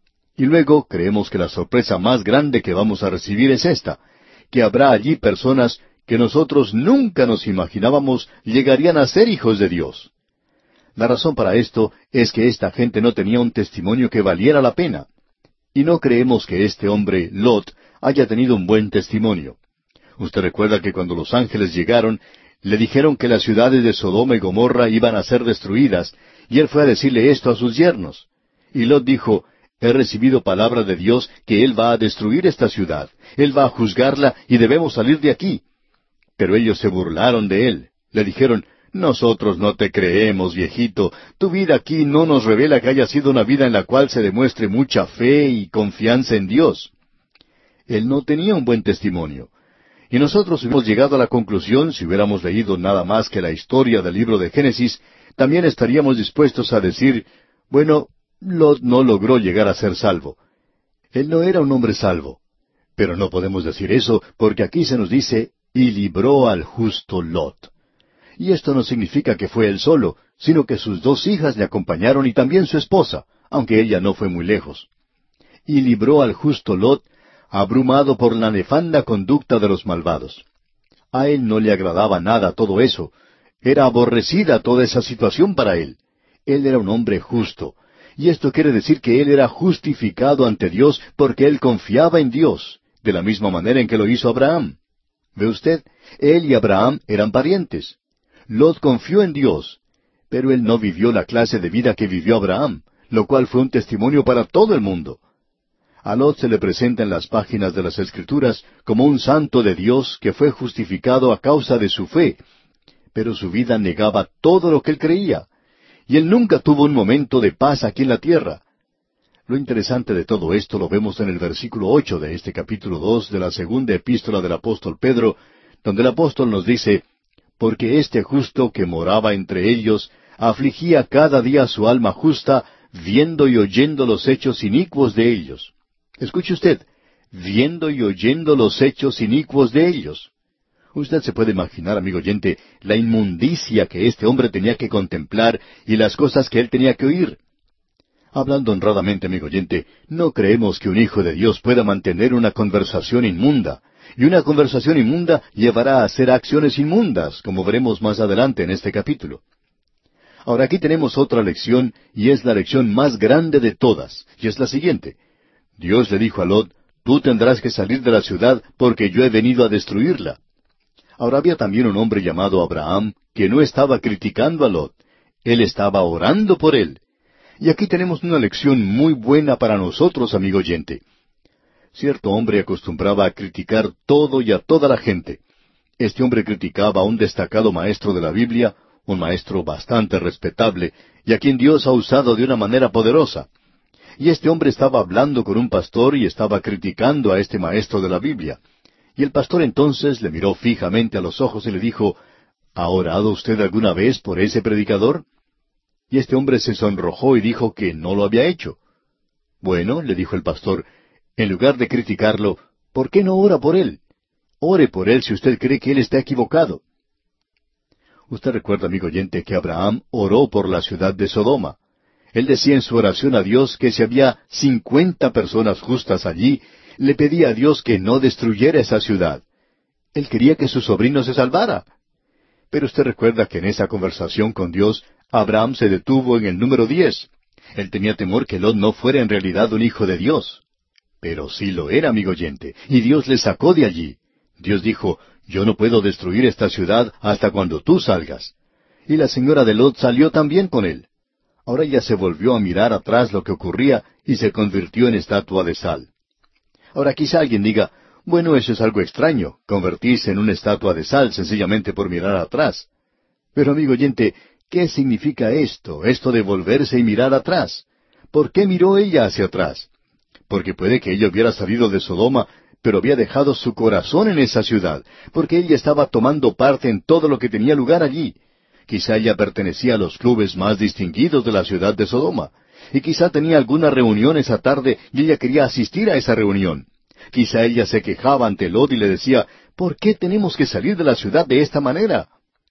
Y luego creemos que la sorpresa más grande que vamos a recibir es esta, que habrá allí personas que nosotros nunca nos imaginábamos llegarían a ser hijos de Dios. La razón para esto es que esta gente no tenía un testimonio que valiera la pena. Y no creemos que este hombre, Lot, haya tenido un buen testimonio. Usted recuerda que cuando los ángeles llegaron, le dijeron que las ciudades de Sodoma y Gomorra iban a ser destruidas, y él fue a decirle esto a sus yernos. Y Lot dijo, he recibido palabra de Dios que Él va a destruir esta ciudad, Él va a juzgarla y debemos salir de aquí. Pero ellos se burlaron de él. Le dijeron, nosotros no te creemos, viejito. Tu vida aquí no nos revela que haya sido una vida en la cual se demuestre mucha fe y confianza en Dios. Él no tenía un buen testimonio. Y nosotros hubiéramos llegado a la conclusión, si hubiéramos leído nada más que la historia del libro de Génesis, también estaríamos dispuestos a decir, bueno, Lot no logró llegar a ser salvo. Él no era un hombre salvo. Pero no podemos decir eso porque aquí se nos dice, y libró al justo Lot. Y esto no significa que fue él solo, sino que sus dos hijas le acompañaron y también su esposa, aunque ella no fue muy lejos. Y libró al justo Lot, abrumado por la nefanda conducta de los malvados. A él no le agradaba nada todo eso. Era aborrecida toda esa situación para él. Él era un hombre justo. Y esto quiere decir que él era justificado ante Dios porque él confiaba en Dios, de la misma manera en que lo hizo Abraham. ¿Ve usted? Él y Abraham eran parientes. Lot confió en Dios, pero él no vivió la clase de vida que vivió Abraham, lo cual fue un testimonio para todo el mundo. A Lot se le presenta en las páginas de las Escrituras como un santo de Dios que fue justificado a causa de su fe, pero su vida negaba todo lo que él creía, y él nunca tuvo un momento de paz aquí en la tierra. Lo interesante de todo esto lo vemos en el versículo ocho de este capítulo dos de la segunda epístola del apóstol Pedro, donde el apóstol nos dice, «Porque este justo que moraba entre ellos afligía cada día su alma justa, viendo y oyendo los hechos inicuos de ellos». Escuche usted, viendo y oyendo los hechos inicuos de ellos. Usted se puede imaginar, amigo oyente, la inmundicia que este hombre tenía que contemplar y las cosas que él tenía que oír. Hablando honradamente, amigo oyente, no creemos que un hijo de Dios pueda mantener una conversación inmunda, y una conversación inmunda llevará a hacer acciones inmundas, como veremos más adelante en este capítulo. Ahora aquí tenemos otra lección, y es la lección más grande de todas, y es la siguiente. Dios le dijo a Lot, «Tú tendrás que salir de la ciudad, porque yo he venido a destruirla». Ahora había también un hombre llamado Abraham, que no estaba criticando a Lot. Él estaba orando por él. Y aquí tenemos una lección muy buena para nosotros, amigo oyente. Cierto hombre acostumbraba a criticar todo y a toda la gente. Este hombre criticaba a un destacado maestro de la Biblia, un maestro bastante respetable, y a quien Dios ha usado de una manera poderosa. Y este hombre estaba hablando con un pastor y estaba criticando a este maestro de la Biblia. Y el pastor entonces le miró fijamente a los ojos y le dijo, ¿ha orado usted alguna vez por ese predicador? Y este hombre se sonrojó y dijo que no lo había hecho. Bueno, le dijo el pastor, en lugar de criticarlo, ¿por qué no ora por él? Ore por él si usted cree que él está equivocado. Usted recuerda, amigo oyente, que Abraham oró por la ciudad de Sodoma. Él decía en su oración a Dios que si había cincuenta personas justas allí, le pedía a Dios que no destruyera esa ciudad. Él quería que su sobrino se salvara. Pero usted recuerda que en esa conversación con Dios, Abraham se detuvo en el número diez. Él tenía temor que Lot no fuera en realidad un hijo de Dios. Pero sí lo era, amigo oyente, y Dios le sacó de allí. Dios dijo, yo no puedo destruir esta ciudad hasta cuando tú salgas. Y la señora de Lot salió también con él. Ahora ella se volvió a mirar atrás lo que ocurría y se convirtió en estatua de sal. Ahora quizá alguien diga, bueno, eso es algo extraño, convertirse en una estatua de sal sencillamente por mirar atrás. Pero amigo oyente, ¿qué significa esto, esto de volverse y mirar atrás? ¿Por qué miró ella hacia atrás? Porque puede que ella hubiera salido de Sodoma, pero había dejado su corazón en esa ciudad, porque ella estaba tomando parte en todo lo que tenía lugar allí. Quizá ella pertenecía a los clubes más distinguidos de la ciudad de Sodoma, y quizá tenía alguna reunión esa tarde y ella quería asistir a esa reunión. Quizá ella se quejaba ante Lot y le decía, ¿por qué tenemos que salir de la ciudad de esta manera?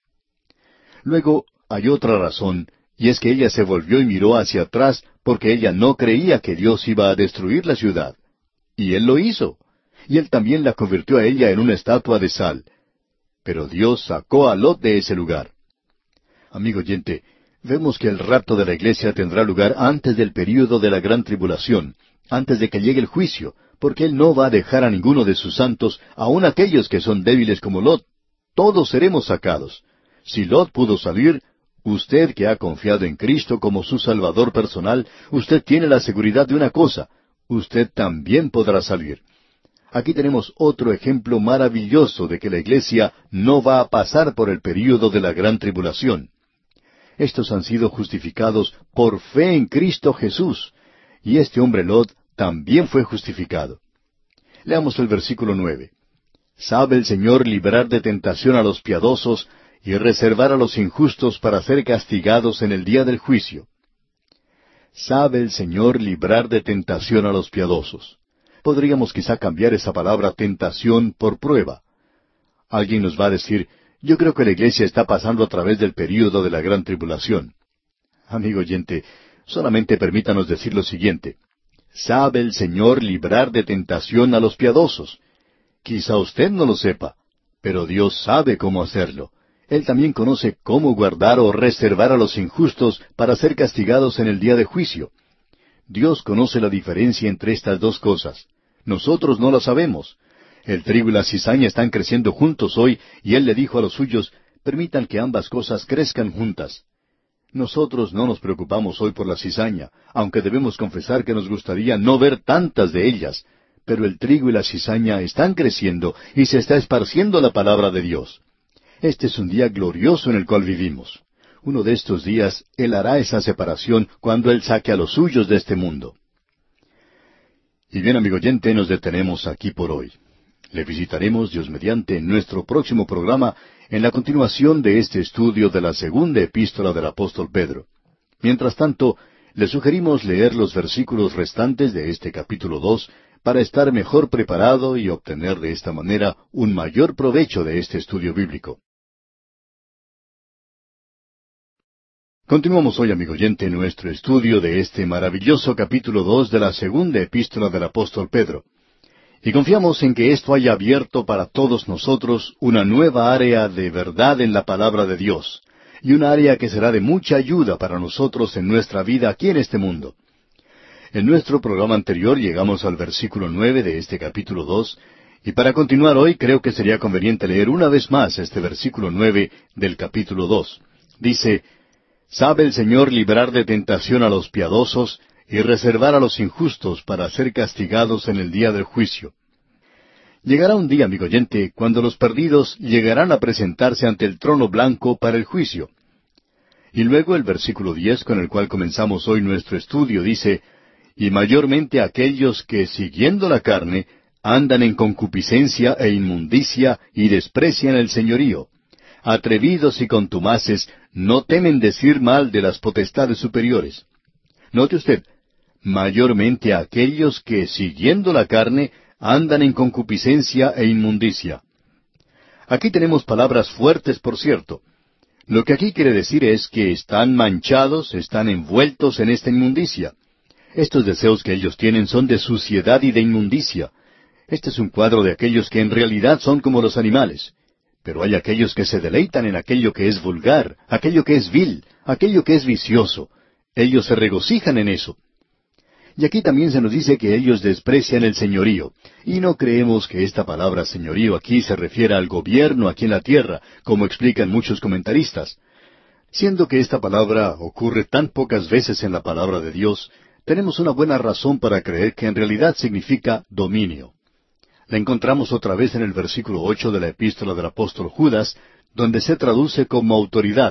Luego hay otra razón, y es que ella se volvió y miró hacia atrás porque ella no creía que Dios iba a destruir la ciudad. Y Él lo hizo. Y Él también la convirtió a ella en una estatua de sal. Pero Dios sacó a Lot de ese lugar. Amigo oyente, vemos que el rapto de la iglesia tendrá lugar antes del período de la gran tribulación, antes de que llegue el juicio, porque Él no va a dejar a ninguno de sus santos, aun aquellos que son débiles como Lot. Todos seremos sacados. Si Lot pudo salir, usted que ha confiado en Cristo como su Salvador personal, usted tiene la seguridad de una cosa, usted también podrá salir. Aquí tenemos otro ejemplo maravilloso de que la iglesia no va a pasar por el período de la gran tribulación. Estos han sido justificados por fe en Cristo Jesús, y este hombre Lot también fue justificado. Leamos el versículo nueve. Sabe el Señor librar de tentación a los piadosos y reservar a los injustos para ser castigados en el día del juicio. Sabe el Señor librar de tentación a los piadosos. Podríamos quizá cambiar esa palabra tentación por prueba. Alguien nos va a decir, yo creo que la iglesia está pasando a través del período de la gran tribulación. Amigo oyente, solamente permítanos decir lo siguiente. Sabe el Señor librar de tentación a los piadosos. Quizá usted no lo sepa, pero Dios sabe cómo hacerlo. Él también conoce cómo guardar o reservar a los injustos para ser castigados en el día de juicio. Dios conoce la diferencia entre estas dos cosas. Nosotros no la sabemos. El trigo y la cizaña están creciendo juntos hoy, y Él le dijo a los suyos, permitan que ambas cosas crezcan juntas. Nosotros no nos preocupamos hoy por la cizaña, aunque debemos confesar que nos gustaría no ver tantas de ellas, pero el trigo y la cizaña están creciendo y se está esparciendo la palabra de Dios. Este es un día glorioso en el cual vivimos. Uno de estos días Él hará esa separación cuando Él saque a los suyos de este mundo. Y bien, amigo oyente, nos detenemos aquí por hoy. Le visitaremos, Dios mediante, en nuestro próximo programa, en la continuación de este estudio de la segunda epístola del apóstol Pedro. Mientras tanto, le sugerimos leer los versículos restantes de este capítulo dos para estar mejor preparado y obtener de esta manera un mayor provecho de este estudio bíblico. Continuamos hoy, amigo oyente, nuestro estudio de este maravilloso capítulo dos de la segunda epístola del apóstol Pedro. Y confiamos en que esto haya abierto para todos nosotros una nueva área de verdad en la palabra de Dios, y un área que será de mucha ayuda para nosotros en nuestra vida aquí en este mundo. En nuestro programa anterior llegamos al versículo nueve de este capítulo dos, y para continuar hoy creo que sería conveniente leer una vez más este versículo nueve del capítulo dos. Dice, «Sabe el Señor librar de tentación a los piadosos, y reservar a los injustos para ser castigados en el día del juicio». Llegará un día, amigo oyente, cuando los perdidos llegarán a presentarse ante el trono blanco para el juicio. Y luego el versículo diez, con el cual comenzamos hoy nuestro estudio, dice, «Y mayormente aquellos que, siguiendo la carne, andan en concupiscencia e inmundicia y desprecian el señorío. Atrevidos y contumaces, no temen decir mal de las potestades superiores». Note usted, mayormente a aquellos que, siguiendo la carne, andan en concupiscencia e inmundicia. Aquí tenemos palabras fuertes, por cierto. Lo que aquí quiere decir es que están manchados, están envueltos en esta inmundicia. Estos deseos que ellos tienen son de suciedad y de inmundicia. Este es un cuadro de aquellos que en realidad son como los animales. Pero hay aquellos que se deleitan en aquello que es vulgar, aquello que es vil, aquello que es vicioso. Ellos se regocijan en eso. Y aquí también se nos dice que ellos desprecian el señorío. Y no creemos que esta palabra señorío aquí se refiera al gobierno aquí en la tierra, como explican muchos comentaristas. Siendo que esta palabra ocurre tan pocas veces en la palabra de Dios, tenemos una buena razón para creer que en realidad significa dominio. La encontramos otra vez en el versículo ocho de la epístola del apóstol Judas, donde se traduce como autoridad.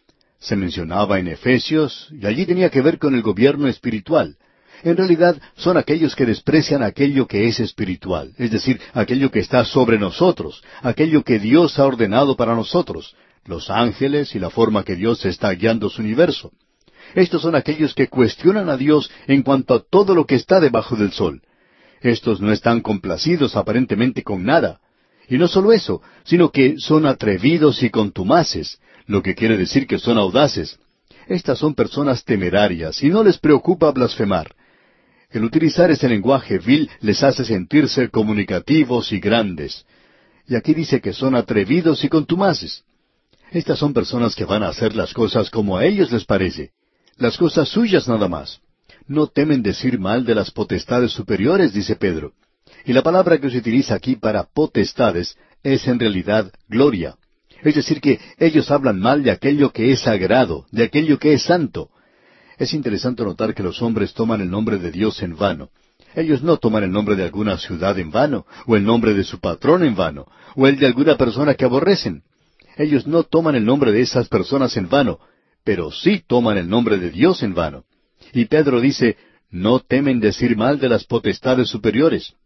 Se mencionaba en Efesios, y allí tenía que ver con el gobierno espiritual. En realidad son aquellos que desprecian aquello que es espiritual, es decir, aquello que está sobre nosotros, aquello que Dios ha ordenado para nosotros, los ángeles y la forma que Dios está guiando su universo. Estos son aquellos que cuestionan a Dios en cuanto a todo lo que está debajo del sol. Estos no están complacidos aparentemente con nada. Y no solo eso, sino que son atrevidos y contumaces, lo que quiere decir que son audaces. Estas son personas temerarias y no les preocupa blasfemar. El utilizar ese lenguaje vil les hace sentirse comunicativos y grandes. Y aquí dice que son atrevidos y contumaces. Estas son personas que van a hacer las cosas como a ellos les parece, las cosas suyas nada más. No temen decir mal de las potestades superiores, dice Pedro. Y la palabra que se utiliza aquí para potestades es en realidad gloria. Es decir, que ellos hablan mal de aquello que es sagrado, de aquello que es santo. Es interesante notar que los hombres toman el nombre de Dios en vano. Ellos no toman el nombre de alguna ciudad en vano, o el nombre de su patrón en vano, o el de alguna persona que aborrecen. Ellos no toman el nombre de esas personas en vano, pero sí toman el nombre de Dios en vano. Y Pedro dice, no temen decir mal de las potestades superiores.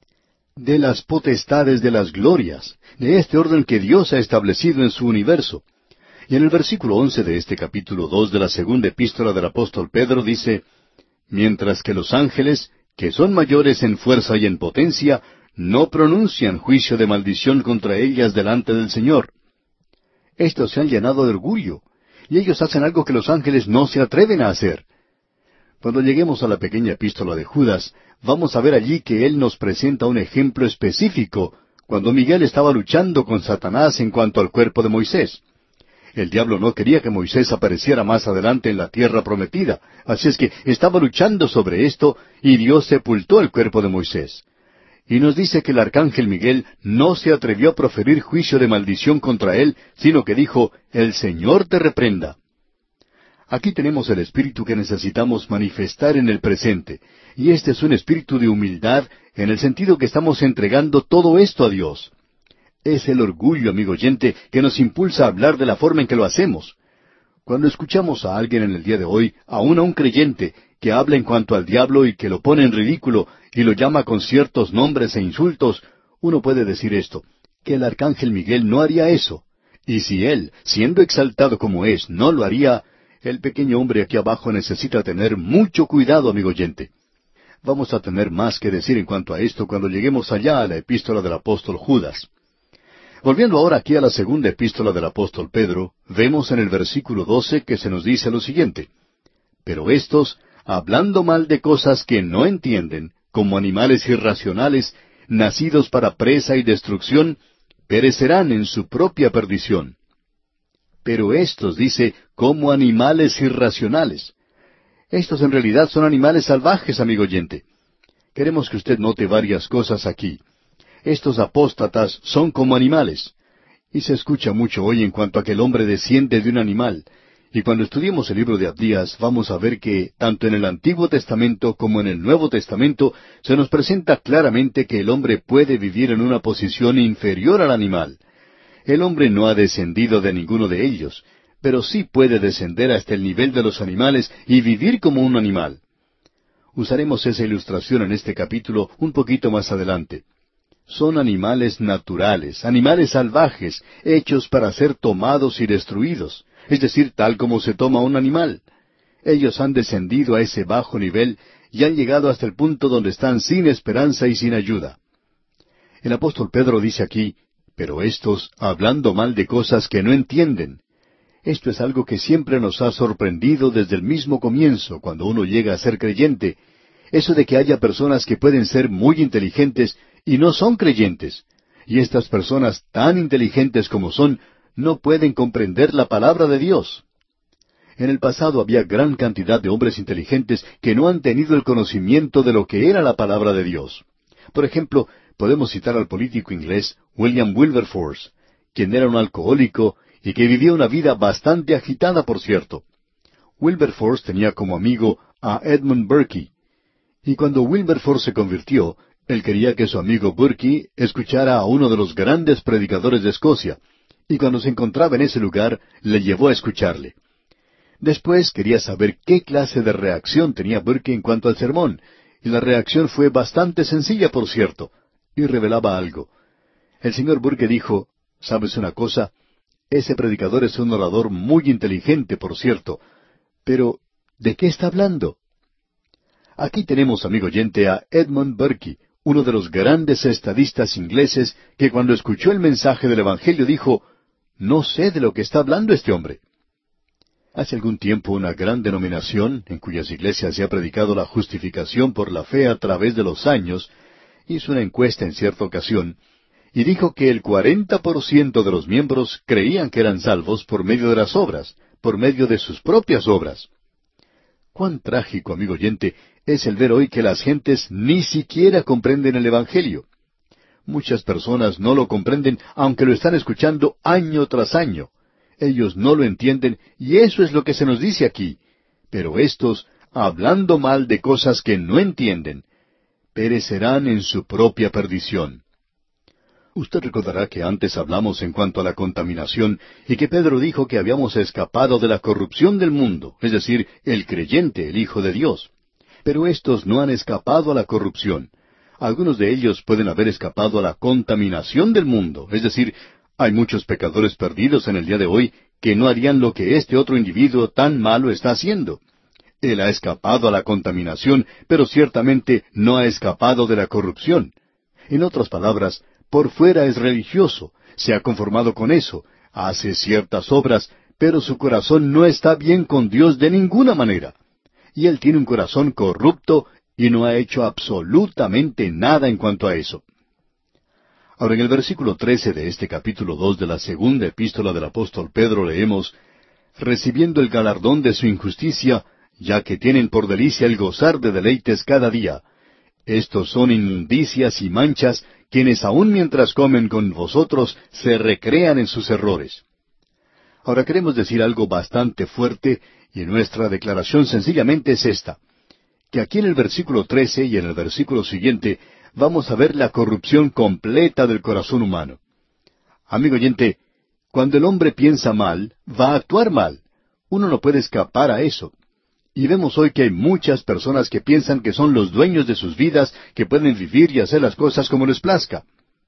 De las potestades de las glorias, de este orden que Dios ha establecido en su universo. Y en el versículo once de este capítulo dos de la segunda epístola del apóstol Pedro dice, mientras que los ángeles, que son mayores en fuerza y en potencia, no pronuncian juicio de maldición contra ellas delante del Señor. Estos se han llenado de orgullo, y ellos hacen algo que los ángeles no se atreven a hacer. Cuando lleguemos a la pequeña epístola de Judas, vamos a ver allí que él nos presenta un ejemplo específico cuando Miguel estaba luchando con Satanás en cuanto al cuerpo de Moisés. El diablo no quería que Moisés apareciera más adelante en la tierra prometida, así es que estaba luchando sobre esto y Dios sepultó el cuerpo de Moisés. Y nos dice que el arcángel Miguel no se atrevió a proferir juicio de maldición contra él, sino que dijo, «El Señor te reprenda». Aquí tenemos el espíritu que necesitamos manifestar en el presente, y este es un espíritu de humildad en el sentido que estamos entregando todo esto a Dios. Es el orgullo, amigo oyente, que nos impulsa a hablar de la forma en que lo hacemos. Cuando escuchamos a alguien en el día de hoy, aun a un creyente, que habla en cuanto al diablo y que lo pone en ridículo y lo llama con ciertos nombres e insultos, uno puede decir esto, que el arcángel Miguel no haría eso. Y si él, siendo exaltado como es, no lo haría, el pequeño hombre aquí abajo necesita tener mucho cuidado, amigo oyente. Vamos a tener más que decir en cuanto a esto cuando lleguemos allá a la epístola del apóstol Judas. Volviendo ahora aquí a la segunda epístola del apóstol Pedro, vemos en el versículo doce que se nos dice lo siguiente, «Pero estos, hablando mal de cosas que no entienden, como animales irracionales, nacidos para presa y destrucción, perecerán en su propia perdición». Pero estos, dice, como animales irracionales. Estos en realidad son animales salvajes, amigo oyente. Queremos que usted note varias cosas aquí. Estos apóstatas son como animales. Y se escucha mucho hoy en cuanto a que el hombre desciende de un animal. Y cuando estudiemos el libro de Abdías, vamos a ver que, tanto en el Antiguo Testamento como en el Nuevo Testamento, se nos presenta claramente que el hombre puede vivir en una posición inferior al animal. El hombre no ha descendido de ninguno de ellos, pero sí puede descender hasta el nivel de los animales y vivir como un animal. Usaremos esa ilustración en este capítulo un poquito más adelante. Son animales naturales, animales salvajes, hechos para ser tomados y destruidos, es decir, tal como se toma un animal. Ellos han descendido a ese bajo nivel y han llegado hasta el punto donde están sin esperanza y sin ayuda. El apóstol Pedro dice aquí, «Pero estos, hablando mal de cosas que no entienden». Esto es algo que siempre nos ha sorprendido desde el mismo comienzo, cuando uno llega a ser creyente, eso de que haya personas que pueden ser muy inteligentes y no son creyentes, y estas personas tan inteligentes como son, no pueden comprender la palabra de Dios. En el pasado había gran cantidad de hombres inteligentes que no han tenido el conocimiento de lo que era la palabra de Dios. Por ejemplo, podemos citar al político inglés William Wilberforce, quien era un alcohólico y que vivía una vida bastante agitada, por cierto. Wilberforce tenía como amigo a Edmund Burke, y cuando Wilberforce se convirtió, él quería que su amigo Burke escuchara a uno de los grandes predicadores de Escocia, y cuando se encontraba en ese lugar, le llevó a escucharle. Después quería saber qué clase de reacción tenía Burke en cuanto al sermón, y la reacción fue bastante sencilla, por cierto, y revelaba algo. El señor Burke dijo, «¿Sabes una cosa? Ese predicador es un orador muy inteligente, por cierto, pero ¿de qué está hablando?» Aquí tenemos, amigo oyente, a Edmund Burke, uno de los grandes estadistas ingleses, que cuando escuchó el mensaje del Evangelio dijo, «No sé de lo que está hablando este hombre». Hace algún tiempo una gran denominación, en cuyas iglesias se ha predicado la justificación por la fe a través de los años, hizo una encuesta en cierta ocasión, y dijo que el cuarenta por ciento de los miembros creían que eran salvos por medio de las obras, por medio de sus propias obras. Cuán trágico, amigo oyente, es el ver hoy que las gentes ni siquiera comprenden el Evangelio. Muchas personas no lo comprenden, aunque lo están escuchando año tras año. Ellos no lo entienden, y eso es lo que se nos dice aquí. Pero estos, hablando mal de cosas que no entienden, perecerán en su propia perdición. Usted recordará que antes hablamos en cuanto a la contaminación, y que Pedro dijo que habíamos escapado de la corrupción del mundo, es decir, el creyente, el Hijo de Dios. Pero estos no han escapado a la corrupción. Algunos de ellos pueden haber escapado a la contaminación del mundo, es decir, hay muchos pecadores perdidos en el día de hoy que no harían lo que este otro individuo tan malo está haciendo. Él ha escapado a la contaminación, pero ciertamente no ha escapado de la corrupción. En otras palabras, por fuera es religioso, se ha conformado con eso, hace ciertas obras, pero su corazón no está bien con Dios de ninguna manera. Y él tiene un corazón corrupto y no ha hecho absolutamente nada en cuanto a eso. Ahora, en el versículo trece de este capítulo dos de la segunda epístola del apóstol Pedro leemos, recibiendo el galardón de su injusticia, ya que tienen por delicia el gozar de deleites cada día. Estos son inmundicias y manchas, quienes aun mientras comen con vosotros se recrean en sus errores. Ahora queremos decir algo bastante fuerte, y nuestra declaración sencillamente es esta, que aquí en el versículo trece y en el versículo siguiente vamos a ver la corrupción completa del corazón humano. Amigo oyente, cuando el hombre piensa mal, va a actuar mal. Uno no puede escapar a eso. Y vemos hoy que hay muchas personas que piensan que son los dueños de sus vidas, que pueden vivir y hacer las cosas como les plazca.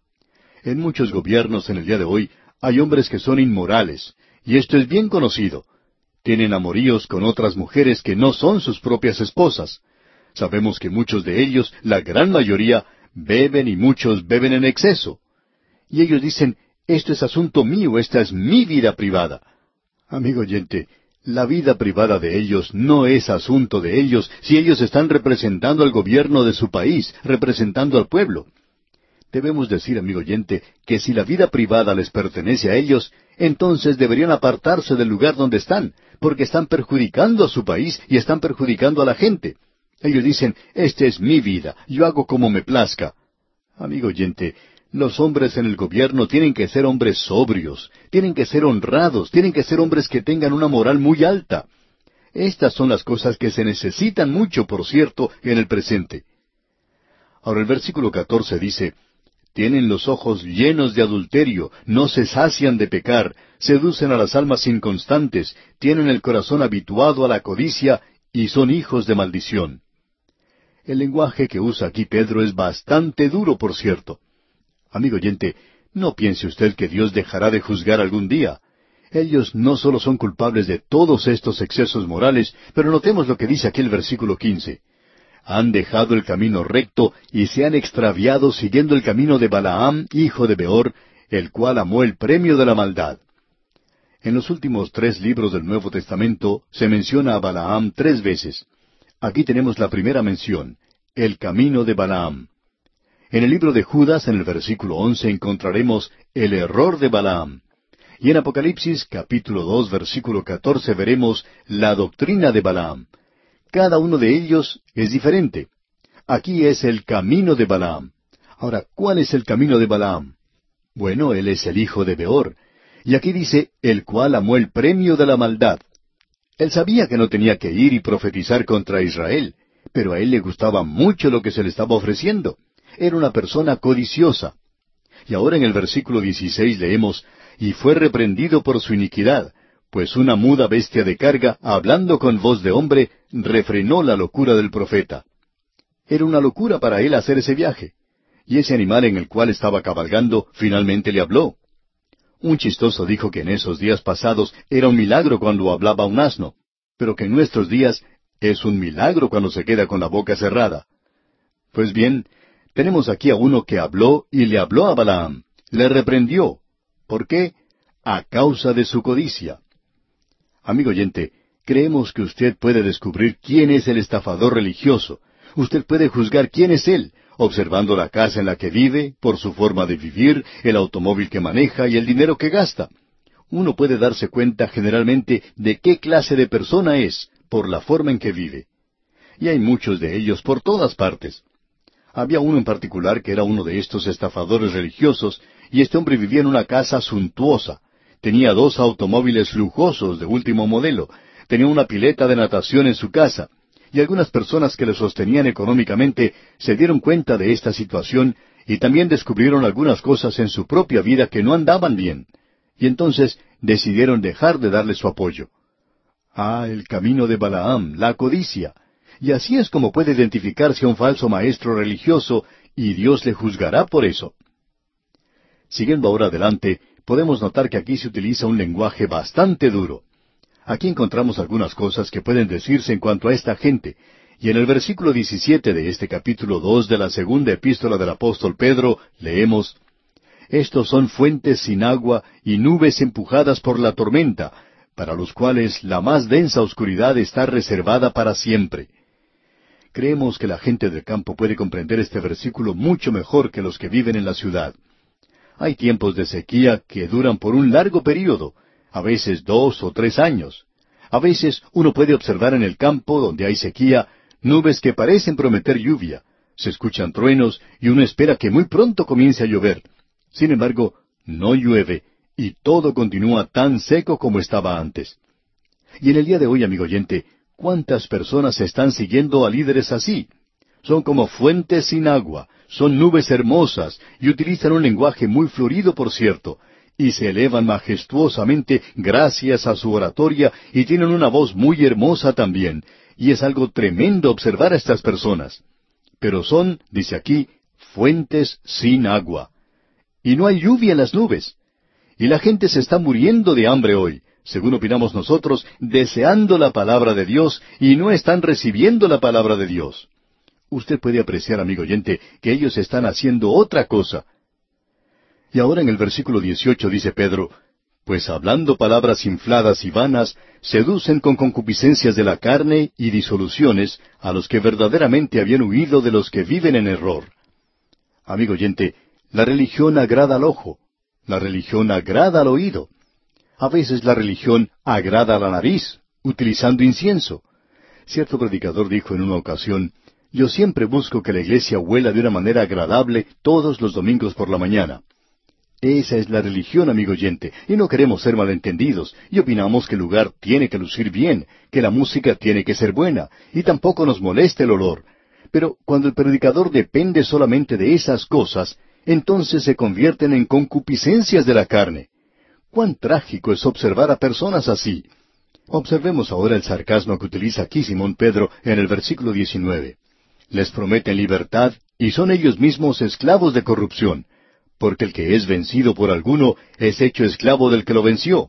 En muchos gobiernos en el día de hoy hay hombres que son inmorales, y esto es bien conocido. Tienen amoríos con otras mujeres que no son sus propias esposas. Sabemos que muchos de ellos, la gran mayoría, beben y muchos beben en exceso. Y ellos dicen, esto es asunto mío, esta es mi vida privada. Amigo oyente, la vida privada de ellos no es asunto de ellos si ellos están representando al gobierno de su país, representando al pueblo. Debemos decir, amigo oyente, que si la vida privada les pertenece a ellos, entonces deberían apartarse del lugar donde están, porque están perjudicando a su país y están perjudicando a la gente. Ellos dicen, esta es mi vida, yo hago como me plazca. Amigo oyente, los hombres en el gobierno tienen que ser hombres sobrios, tienen que ser honrados, tienen que ser hombres que tengan una moral muy alta. Estas son las cosas que se necesitan mucho, por cierto, en el presente. Ahora el versículo catorce dice, tienen los ojos llenos de adulterio, no se sacian de pecar, seducen a las almas inconstantes, tienen el corazón habituado a la codicia y son hijos de maldición. El lenguaje que usa aquí Pedro es bastante duro, por cierto. Amigo oyente, no piense usted que Dios dejará de juzgar algún día. Ellos no solo son culpables de todos estos excesos morales, pero notemos lo que dice aquí el versículo quince. Han dejado el camino recto y se han extraviado siguiendo el camino de Balaam, hijo de Beor, el cual amó el premio de la maldad. En los últimos tres libros del Nuevo Testamento se menciona a Balaam tres veces. Aquí tenemos la primera mención, el camino de Balaam. En el libro de Judas, en el versículo once, encontraremos el error de Balaam. Y en Apocalipsis, capítulo dos, versículo catorce, veremos la doctrina de Balaam. Cada uno de ellos es diferente. Aquí es el camino de Balaam. Ahora, ¿cuál es el camino de Balaam? Bueno, él es el hijo de Beor. Y aquí dice, el cual amó el premio de la maldad. Él sabía que no tenía que ir y profetizar contra Israel, pero a él le gustaba mucho lo que se le estaba ofreciendo. Era una persona codiciosa. Y ahora en el versículo dieciséis leemos, y fue reprendido por su iniquidad, pues una muda bestia de carga, hablando con voz de hombre, refrenó la locura del profeta. Era una locura para él hacer ese viaje. Y ese animal en el cual estaba cabalgando finalmente le habló. Un chistoso dijo que en esos días pasados era un milagro cuando hablaba un asno, pero que en nuestros días es un milagro cuando se queda con la boca cerrada. Pues bien, tenemos aquí a uno que habló y le habló a Balaam, le reprendió. ¿Por qué? A causa de su codicia. Amigo oyente, creemos que usted puede descubrir quién es el estafador religioso. Usted puede juzgar quién es él, observando la casa en la que vive, por su forma de vivir, el automóvil que maneja y el dinero que gasta. Uno puede darse cuenta generalmente de qué clase de persona es, por la forma en que vive. Y hay muchos de ellos por todas partes. Había uno en particular que era uno de estos estafadores religiosos, y este hombre vivía en una casa suntuosa. Tenía dos automóviles lujosos de último modelo, tenía una pileta de natación en su casa, y algunas personas que le sostenían económicamente se dieron cuenta de esta situación y también descubrieron algunas cosas en su propia vida que no andaban bien, y entonces decidieron dejar de darle su apoyo. Ah, el camino de Balaam, la codicia. Y así es como puede identificarse a un falso maestro religioso, y Dios le juzgará por eso. Siguiendo ahora adelante, podemos notar que aquí se utiliza un lenguaje bastante duro. Aquí encontramos algunas cosas que pueden decirse en cuanto a esta gente. Y en el versículo diecisiete de este capítulo dos de la segunda epístola del apóstol Pedro, leemos: Estos son fuentes sin agua y nubes empujadas por la tormenta, para los cuales la más densa oscuridad está reservada para siempre. Creemos que la gente del campo puede comprender este versículo mucho mejor que los que viven en la ciudad. Hay tiempos de sequía que duran por un largo período, a veces dos o tres años. A veces uno puede observar en el campo donde hay sequía nubes que parecen prometer lluvia. Se escuchan truenos y uno espera que muy pronto comience a llover. Sin embargo, no llueve y todo continúa tan seco como estaba antes. Y en el día de hoy, amigo oyente, ¿cuántas personas están siguiendo a líderes así? Son como fuentes sin agua, son nubes hermosas y utilizan un lenguaje muy florido, por cierto, y se elevan majestuosamente gracias a su oratoria y tienen una voz muy hermosa también, y es algo tremendo observar a estas personas. Pero son, dice aquí, fuentes sin agua. Y no hay lluvia en las nubes. Y la gente se está muriendo de hambre hoy, según opinamos nosotros, deseando la palabra de Dios y no están recibiendo la palabra de Dios. Usted puede apreciar, amigo oyente, que ellos están haciendo otra cosa. Y ahora en el versículo dieciocho dice Pedro: Pues hablando palabras infladas y vanas, seducen con concupiscencias de la carne y disoluciones a los que verdaderamente habían huido de los que viven en error. Amigo oyente, la religión agrada al ojo, la religión agrada al oído. A veces la religión agrada a la nariz, utilizando incienso. Cierto predicador dijo en una ocasión: Yo siempre busco que la iglesia huela de una manera agradable todos los domingos por la mañana. Esa es la religión, amigo oyente, y no queremos ser malentendidos, y opinamos que el lugar tiene que lucir bien, que la música tiene que ser buena, y tampoco nos molesta el olor. Pero cuando el predicador depende solamente de esas cosas, entonces se convierten en concupiscencias de la carne. ¡Cuán trágico es observar a personas así! Observemos ahora el sarcasmo que utiliza aquí Simón Pedro en el versículo diecinueve. Les prometen libertad, y son ellos mismos esclavos de corrupción, porque el que es vencido por alguno es hecho esclavo del que lo venció.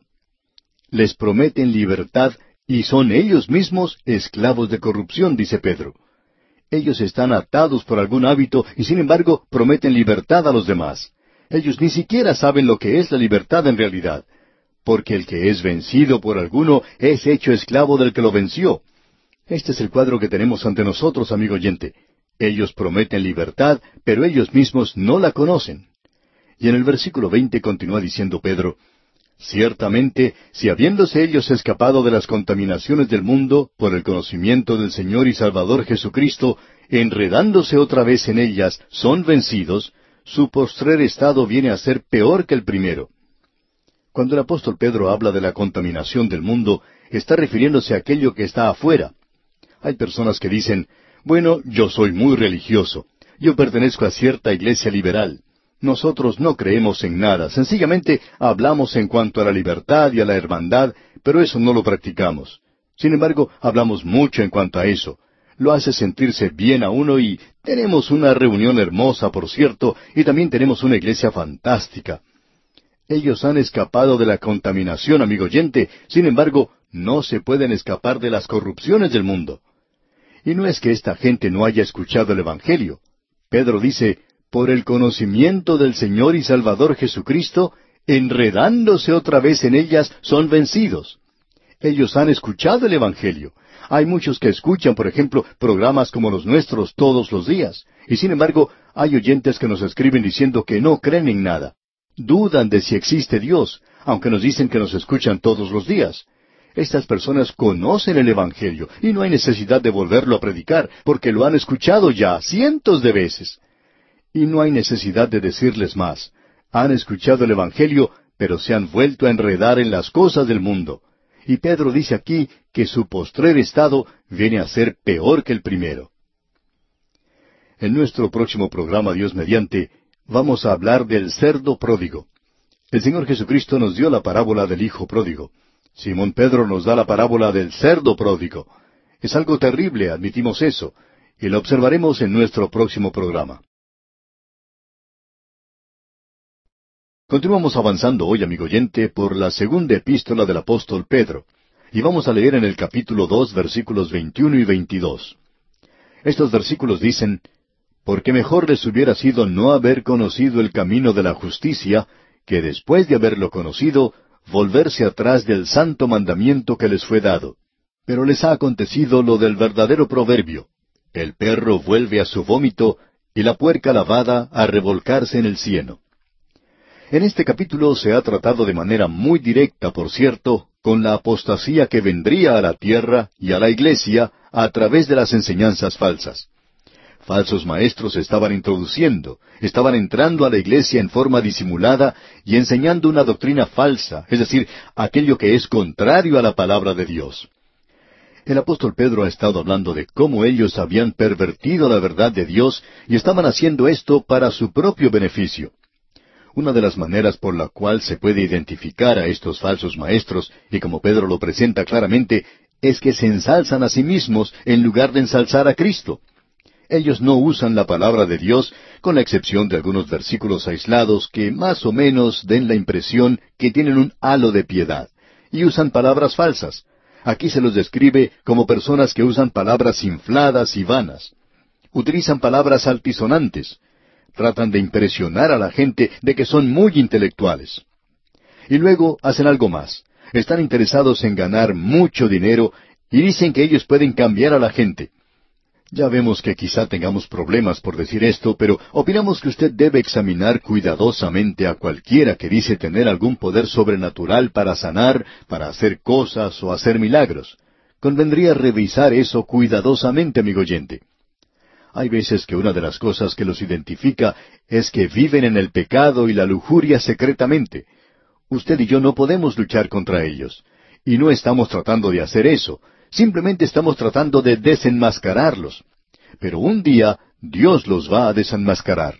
Les prometen libertad, y son ellos mismos esclavos de corrupción, dice Pedro. Ellos están atados por algún hábito y sin embargo prometen libertad a los demás. Ellos ni siquiera saben lo que es la libertad en realidad, porque el que es vencido por alguno es hecho esclavo del que lo venció. Este es el cuadro que tenemos ante nosotros, amigo oyente. Ellos prometen libertad, pero ellos mismos no la conocen. Y en el versículo veinte continúa diciendo Pedro: Ciertamente, si habiéndose ellos escapado de las contaminaciones del mundo por el conocimiento del Señor y Salvador Jesucristo, enredándose otra vez en ellas, son vencidos, su postrer estado viene a ser peor que el primero. Cuando el apóstol Pedro habla de la contaminación del mundo, está refiriéndose a aquello que está afuera. Hay personas que dicen: bueno, yo soy muy religioso, yo pertenezco a cierta iglesia liberal. Nosotros no creemos en nada, sencillamente hablamos en cuanto a la libertad y a la hermandad, pero eso no lo practicamos. Sin embargo, hablamos mucho en cuanto a eso. Lo hace sentirse bien a uno y tenemos una reunión hermosa, por cierto, y también tenemos una iglesia fantástica. Ellos han escapado de la contaminación, amigo oyente, sin embargo, no se pueden escapar de las corrupciones del mundo. Y no es que esta gente no haya escuchado el Evangelio. Pedro dice: por el conocimiento del Señor y Salvador Jesucristo, enredándose otra vez en ellas, son vencidos. Ellos han escuchado el Evangelio. Hay muchos que escuchan, por ejemplo, programas como los nuestros todos los días. Y sin embargo, hay oyentes que nos escriben diciendo que no creen en nada. Dudan de si existe Dios, aunque nos dicen que nos escuchan todos los días. Estas personas conocen el Evangelio y no hay necesidad de volverlo a predicar, porque lo han escuchado ya cientos de veces. Y no hay necesidad de decirles más. Han escuchado el Evangelio, pero se han vuelto a enredar en las cosas del mundo. Y Pedro dice aquí que su postrer estado viene a ser peor que el primero. En nuestro próximo programa, Dios mediante, vamos a hablar del cerdo pródigo. El Señor Jesucristo nos dio la parábola del hijo pródigo. Simón Pedro nos da la parábola del cerdo pródigo. Es algo terrible, admitimos eso, y lo observaremos en nuestro próximo programa. Continuamos avanzando hoy, amigo oyente, por la segunda epístola del apóstol Pedro. y vamos a leer en el capítulo dos, versículos veintiuno y veintidós. Estos versículos dicen: «Porque mejor les hubiera sido no haber conocido el camino de la justicia, que después de haberlo conocido, volverse atrás del santo mandamiento que les fue dado. Pero les ha acontecido lo del verdadero proverbio: el perro vuelve a su vómito, y la puerca lavada a revolcarse en el cieno». En este capítulo se ha tratado de manera muy directa, por cierto, con la apostasía que vendría a la tierra y a la iglesia a través de las enseñanzas falsas. Falsos maestros se estaban introduciendo, estaban entrando a la iglesia en forma disimulada y enseñando una doctrina falsa, es decir, aquello que es contrario a la palabra de Dios. El apóstol Pedro ha estado hablando de cómo ellos habían pervertido la verdad de Dios y estaban haciendo esto para su propio beneficio. Una de las maneras por la cual se puede identificar a estos falsos maestros, y como Pedro lo presenta claramente, es que se ensalzan a sí mismos en lugar de ensalzar a Cristo. Ellos no usan la palabra de Dios, con la excepción de algunos versículos aislados que más o menos den la impresión que tienen un halo de piedad, y usan palabras falsas. Aquí se los describe como personas que usan palabras infladas y vanas. Utilizan palabras altisonantes. Tratan de impresionar a la gente de que son muy intelectuales. Y luego hacen algo más. Están interesados en ganar mucho dinero y dicen que ellos pueden cambiar a la gente. Ya vemos que quizá tengamos problemas por decir esto, pero opinamos que usted debe examinar cuidadosamente a cualquiera que dice tener algún poder sobrenatural para sanar, para hacer cosas o hacer milagros. Convendría revisar eso cuidadosamente, amigo oyente. Hay veces que una de las cosas que los identifica es que viven en el pecado y la lujuria secretamente. Usted y yo no podemos luchar contra ellos. Y no estamos tratando de hacer eso. Simplemente estamos tratando de desenmascararlos. Pero un día Dios los va a desenmascarar.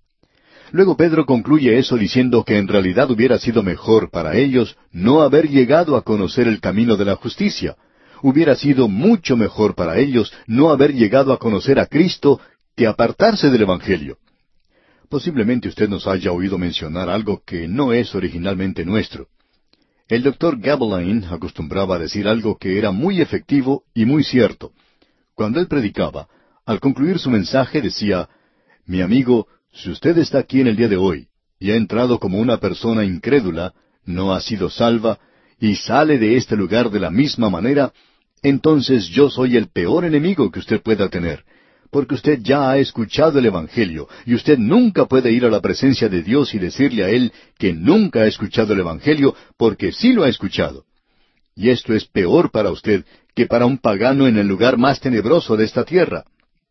Luego Pedro concluye eso diciendo que en realidad hubiera sido mejor para ellos no haber llegado a conocer el camino de la justicia. Hubiera sido mucho mejor para ellos no haber llegado a conocer a Cristo que apartarse del Evangelio. Posiblemente usted nos haya oído mencionar algo que no es originalmente nuestro. El doctor Gawain acostumbraba a decir algo que era muy efectivo y muy cierto. Cuando él predicaba, al concluir su mensaje decía: «Mi amigo, si usted está aquí en el día de hoy y ha entrado como una persona incrédula, no ha sido salva, y sale de este lugar de la misma manera, entonces yo soy el peor enemigo que usted pueda tener, porque usted ya ha escuchado el Evangelio, y usted nunca puede ir a la presencia de Dios y decirle a Él que nunca ha escuchado el Evangelio, porque sí lo ha escuchado. Y esto es peor para usted que para un pagano en el lugar más tenebroso de esta tierra».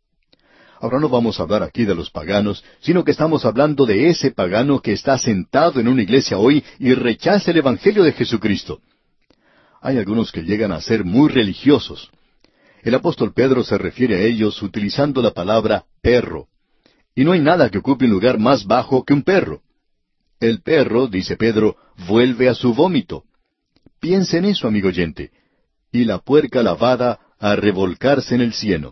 Ahora no vamos a hablar aquí de los paganos, sino que estamos hablando de ese pagano que está sentado en una iglesia hoy y rechaza el Evangelio de Jesucristo. Hay algunos que llegan a ser muy religiosos. El apóstol Pedro se refiere a ellos utilizando la palabra perro. Y no hay nada que ocupe un lugar más bajo que un perro. El perro, dice Pedro, vuelve a su vómito. Piense en eso, amigo oyente. Y la puerca lavada a revolcarse en el cieno.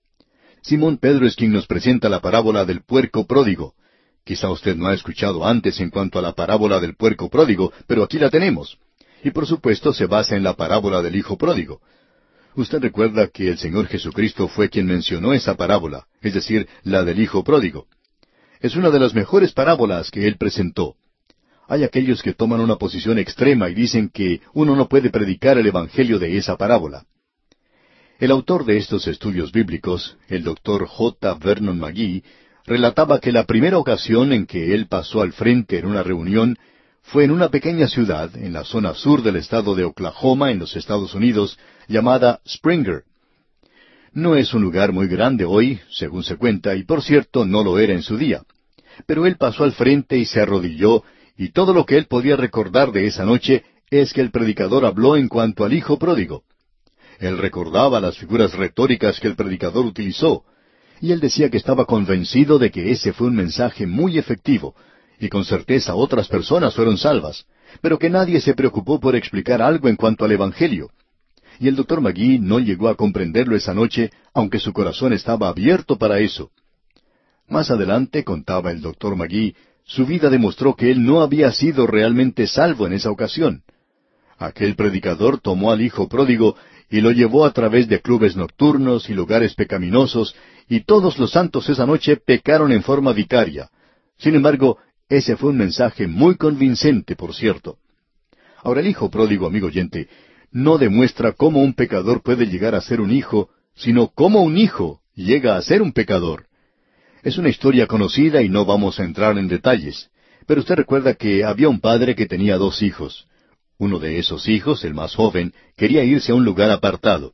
Simón Pedro es quien nos presenta la parábola del puerco pródigo. Quizá usted no ha escuchado antes en cuanto a la parábola del puerco pródigo, pero aquí la tenemos. Y por supuesto se basa en la parábola del hijo pródigo. Usted recuerda que el Señor Jesucristo fue quien mencionó esa parábola, es decir, la del hijo pródigo. Es una de las mejores parábolas que Él presentó. Hay aquellos que toman una posición extrema y dicen que uno no puede predicar el Evangelio de esa parábola. El autor de estos estudios bíblicos, el doctor J. Vernon McGee, relataba que la primera ocasión en que él pasó al frente en una reunión fue en una pequeña ciudad en la zona sur del estado de Oklahoma, en los Estados Unidos, llamada Springer. No es un lugar muy grande hoy, según se cuenta, y por cierto no lo era en su día. Pero él pasó al frente y se arrodilló, y todo lo que él podía recordar de esa noche es que el predicador habló en cuanto al hijo pródigo. Él recordaba las figuras retóricas que el predicador utilizó, y él decía que estaba convencido de que ese fue un mensaje muy efectivo, y con certeza otras personas fueron salvas, pero que nadie se preocupó por explicar algo en cuanto al Evangelio. Y el doctor McGee no llegó a comprenderlo esa noche, aunque su corazón estaba abierto para eso. Más adelante, contaba el doctor McGee, su vida demostró que él no había sido realmente salvo en esa ocasión. Aquel predicador tomó al hijo pródigo y lo llevó a través de clubes nocturnos y lugares pecaminosos, y todos los santos esa noche pecaron en forma vicaria. Sin embargo, ese fue un mensaje muy convincente, por cierto. Ahora, el hijo pródigo, amigo oyente, no demuestra cómo un pecador puede llegar a ser un hijo, sino cómo un hijo llega a ser un pecador. Es una historia conocida y no vamos a entrar en detalles, pero usted recuerda que había un padre que tenía dos hijos. Uno de esos hijos, el más joven, quería irse a un lugar apartado.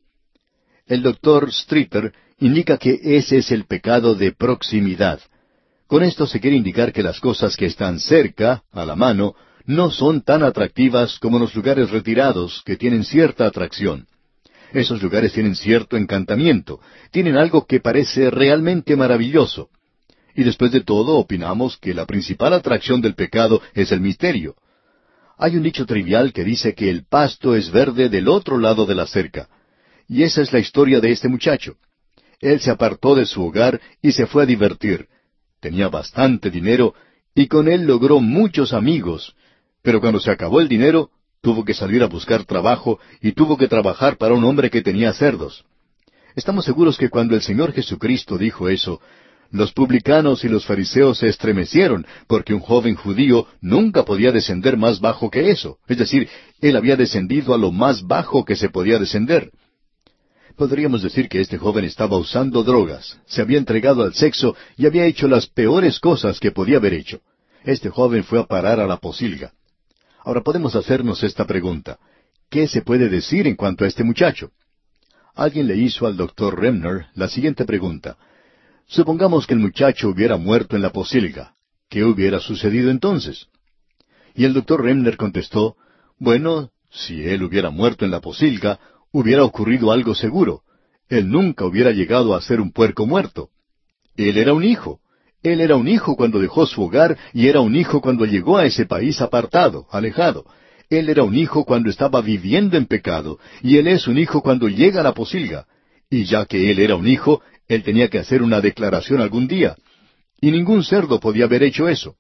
El doctor Streeter indica que ese es el pecado de proximidad. Con esto se quiere indicar que las cosas que están cerca, a la mano, no son tan atractivas como los lugares retirados, que tienen cierta atracción. Esos lugares tienen cierto encantamiento, tienen algo que parece realmente maravilloso. Y después de todo, opinamos que la principal atracción del pecado es el misterio. Hay un dicho trivial que dice que el pasto es verde del otro lado de la cerca. Y esa es la historia de este muchacho. Él se apartó de su hogar y se fue a divertir. Tenía bastante dinero y con él logró muchos amigos. Pero cuando se acabó el dinero, tuvo que salir a buscar trabajo y tuvo que trabajar para un hombre que tenía cerdos. Estamos seguros que cuando el Señor Jesucristo dijo eso, los publicanos y los fariseos se estremecieron, porque un joven judío nunca podía descender más bajo que eso. Es decir, él había descendido a lo más bajo que se podía descender. Podríamos decir que este joven estaba usando drogas, se había entregado al sexo y había hecho las peores cosas que podía haber hecho. Este joven fue a parar a la pocilga. Ahora podemos hacernos esta pregunta. ¿Qué se puede decir en cuanto a este muchacho? Alguien le hizo al doctor Remner la siguiente pregunta. Supongamos que el muchacho hubiera muerto en la pocilga. ¿Qué hubiera sucedido entonces? Y el doctor Remner contestó, bueno, si él hubiera muerto en la pocilga, hubiera ocurrido algo seguro. Él nunca hubiera llegado a ser un puerco muerto. Él era un hijo. Él era un hijo cuando dejó su hogar y era un hijo cuando llegó a ese país apartado, alejado. Él era un hijo cuando estaba viviendo en pecado, y él es un hijo cuando llega a la pocilga. Y ya que él era un hijo, él tenía que hacer una declaración algún día. Y ningún cerdo podía haber hecho eso.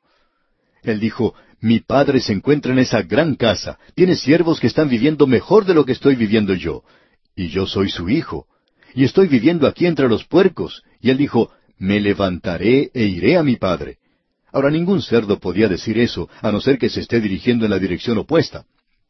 Él dijo, mi padre se encuentra en esa gran casa, tiene siervos que están viviendo mejor de lo que estoy viviendo yo. Y yo soy su hijo. Y estoy viviendo aquí entre los puercos. Y él dijo, me levantaré e iré a mi padre. Ahora ningún cerdo podía decir eso, a no ser que se esté dirigiendo en la dirección opuesta.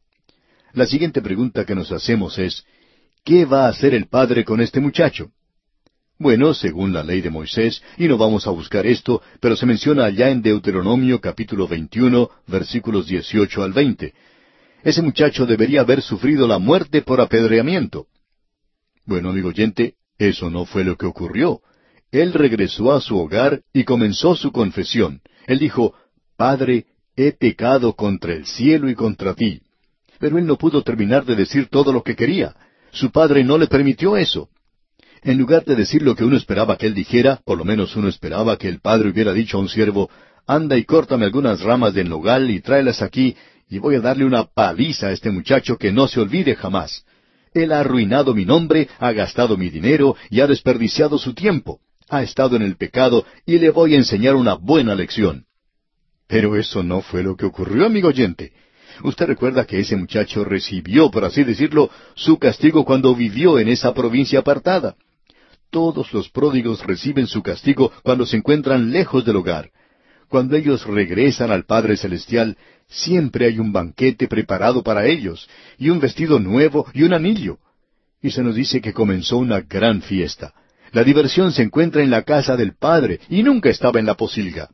La siguiente pregunta que nos hacemos es, ¿qué va a hacer el padre con este muchacho? Bueno, según la ley de Moisés, y no vamos a buscar esto, pero se menciona allá en Deuteronomio capítulo veintiuno, versículos dieciocho al veinte. Ese muchacho debería haber sufrido la muerte por apedreamiento. Bueno, amigo oyente, eso no fue lo que ocurrió. Él regresó a su hogar y comenzó su confesión. Él dijo, Padre, he pecado contra el cielo y contra ti. Pero él no pudo terminar de decir todo lo que quería. Su padre no le permitió eso. En lugar de decir lo que uno esperaba que él dijera, por lo menos uno esperaba que el padre hubiera dicho a un siervo, anda y córtame algunas ramas del nogal y tráelas aquí, y voy a darle una paliza a este muchacho que no se olvide jamás. Él ha arruinado mi nombre, ha gastado mi dinero y ha desperdiciado su tiempo. Ha estado en el pecado y le voy a enseñar una buena lección. Pero eso no fue lo que ocurrió, amigo oyente. Usted recuerda que ese muchacho recibió, por así decirlo, su castigo cuando vivió en esa provincia apartada. Todos los pródigos reciben su castigo cuando se encuentran lejos del hogar. Cuando ellos regresan al Padre Celestial, siempre hay un banquete preparado para ellos, y un vestido nuevo y un anillo. Y se nos dice que comenzó una gran fiesta. La diversión se encuentra en la casa del Padre, y nunca estaba en la pocilga.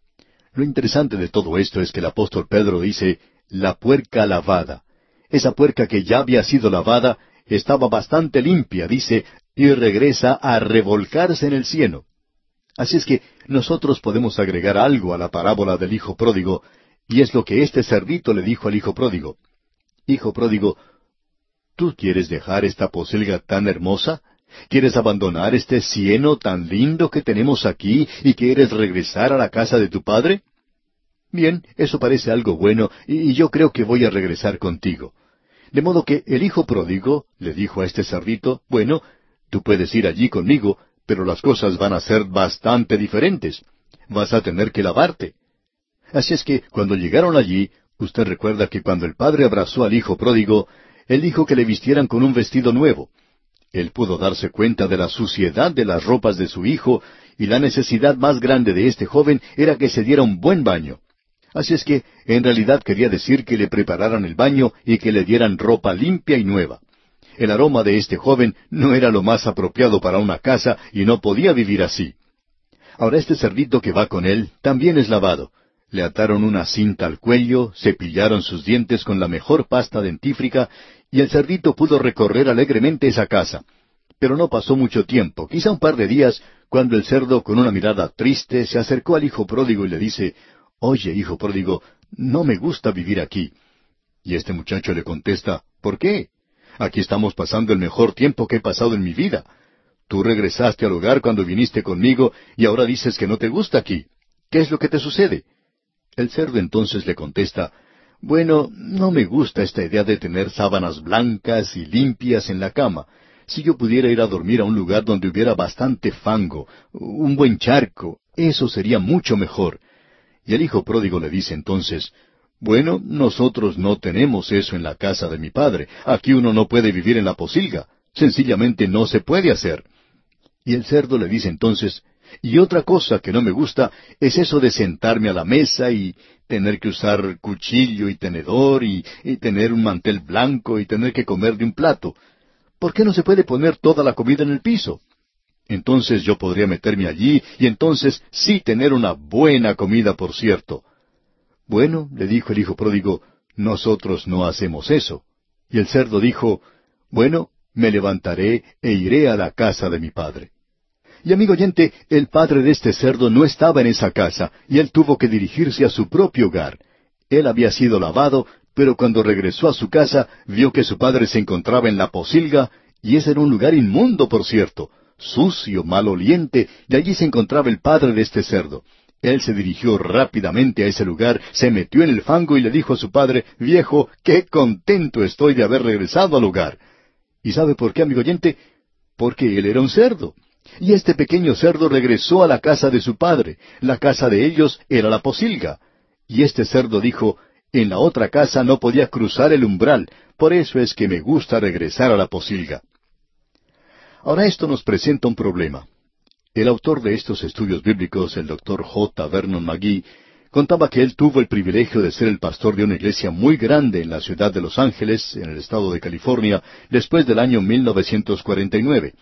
Lo interesante de todo esto es que el apóstol Pedro dice, la puerca lavada. Esa puerca que ya había sido lavada, estaba bastante limpia, dice, y regresa a revolcarse en el cieno. Así es que nosotros podemos agregar algo a la parábola del hijo pródigo, y es lo que este cerdito le dijo al hijo pródigo. Hijo pródigo, ¿tú quieres dejar esta pocilga tan hermosa? ¿Quieres abandonar este cieno tan lindo que tenemos aquí y quieres regresar a la casa de tu padre? Bien, eso parece algo bueno, y yo creo que voy a regresar contigo. De modo que el hijo pródigo le dijo a este cerdito, bueno, tú puedes ir allí conmigo, pero las cosas van a ser bastante diferentes. Vas a tener que lavarte. Así es que cuando llegaron allí, Usted recuerda que cuando el padre abrazó al hijo pródigo, él dijo que le vistieran con un vestido nuevo. Él pudo darse cuenta de la suciedad de las ropas de su hijo, y la necesidad más grande de este joven era que se diera un buen baño. Así es que, en realidad quería decir que le prepararan el baño y que le dieran ropa limpia y nueva. El aroma de este joven no era lo más apropiado para una casa y no podía vivir así. Ahora este cerdito que va con él también es lavado. Le ataron una cinta al cuello, cepillaron sus dientes con la mejor pasta dentífrica, y el cerdito pudo recorrer alegremente esa casa. Pero no pasó mucho tiempo, quizá un par de días, cuando el cerdo, con una mirada triste, se acercó al hijo pródigo y le dice, «Oye, hijo pródigo, no me gusta vivir aquí». Y este muchacho le contesta, «¿Por qué? Aquí estamos pasando el mejor tiempo que he pasado en mi vida. Tú regresaste al hogar cuando viniste conmigo y ahora dices que no te gusta aquí. ¿Qué es lo que te sucede?» El cerdo entonces le contesta, «Bueno, no me gusta esta idea de tener sábanas blancas y limpias en la cama. Si yo pudiera ir a dormir a un lugar donde hubiera bastante fango, un buen charco, eso sería mucho mejor». Y el hijo pródigo le dice entonces, «Bueno, nosotros no tenemos eso en la casa de mi padre. Aquí uno no puede vivir en la posilga. Sencillamente no se puede hacer». Y el cerdo le dice entonces, «Y otra cosa que no me gusta es eso de sentarme a la mesa y tener que usar cuchillo y tenedor y, y tener un mantel blanco y tener que comer de un plato. ¿Por qué no se puede poner toda la comida en el piso? Entonces yo podría meterme allí y entonces sí tener una buena comida, por cierto». «Bueno», le dijo el hijo pródigo, «nosotros no hacemos eso». Y el cerdo dijo, «Bueno, me levantaré e iré a la casa de mi padre». Y amigo oyente, el padre de este cerdo no estaba en esa casa, y él tuvo que dirigirse a su propio hogar. Él había sido lavado, pero cuando regresó a su casa, vio que su padre se encontraba en la posilga, y ese era un lugar inmundo, por cierto, sucio, maloliente, y allí se encontraba el padre de este cerdo. Él se dirigió rápidamente a ese lugar, se metió en el fango y le dijo a su padre, «Viejo, qué contento estoy de haber regresado al hogar». ¿Y sabe por qué, amigo oyente? Porque él era un cerdo. Y este pequeño cerdo regresó a la casa de su padre. La casa de ellos era la posilga. Y este cerdo dijo, «En la otra casa no podía cruzar el umbral, por eso es que me gusta regresar a la posilga». Ahora esto nos presenta un problema. El autor de estos estudios bíblicos, el doctor J. Vernon McGee, contaba que él tuvo el privilegio de ser el pastor de una iglesia muy grande en la ciudad de Los Ángeles, en el estado de California, después del año mil novecientos cuarenta y nueve.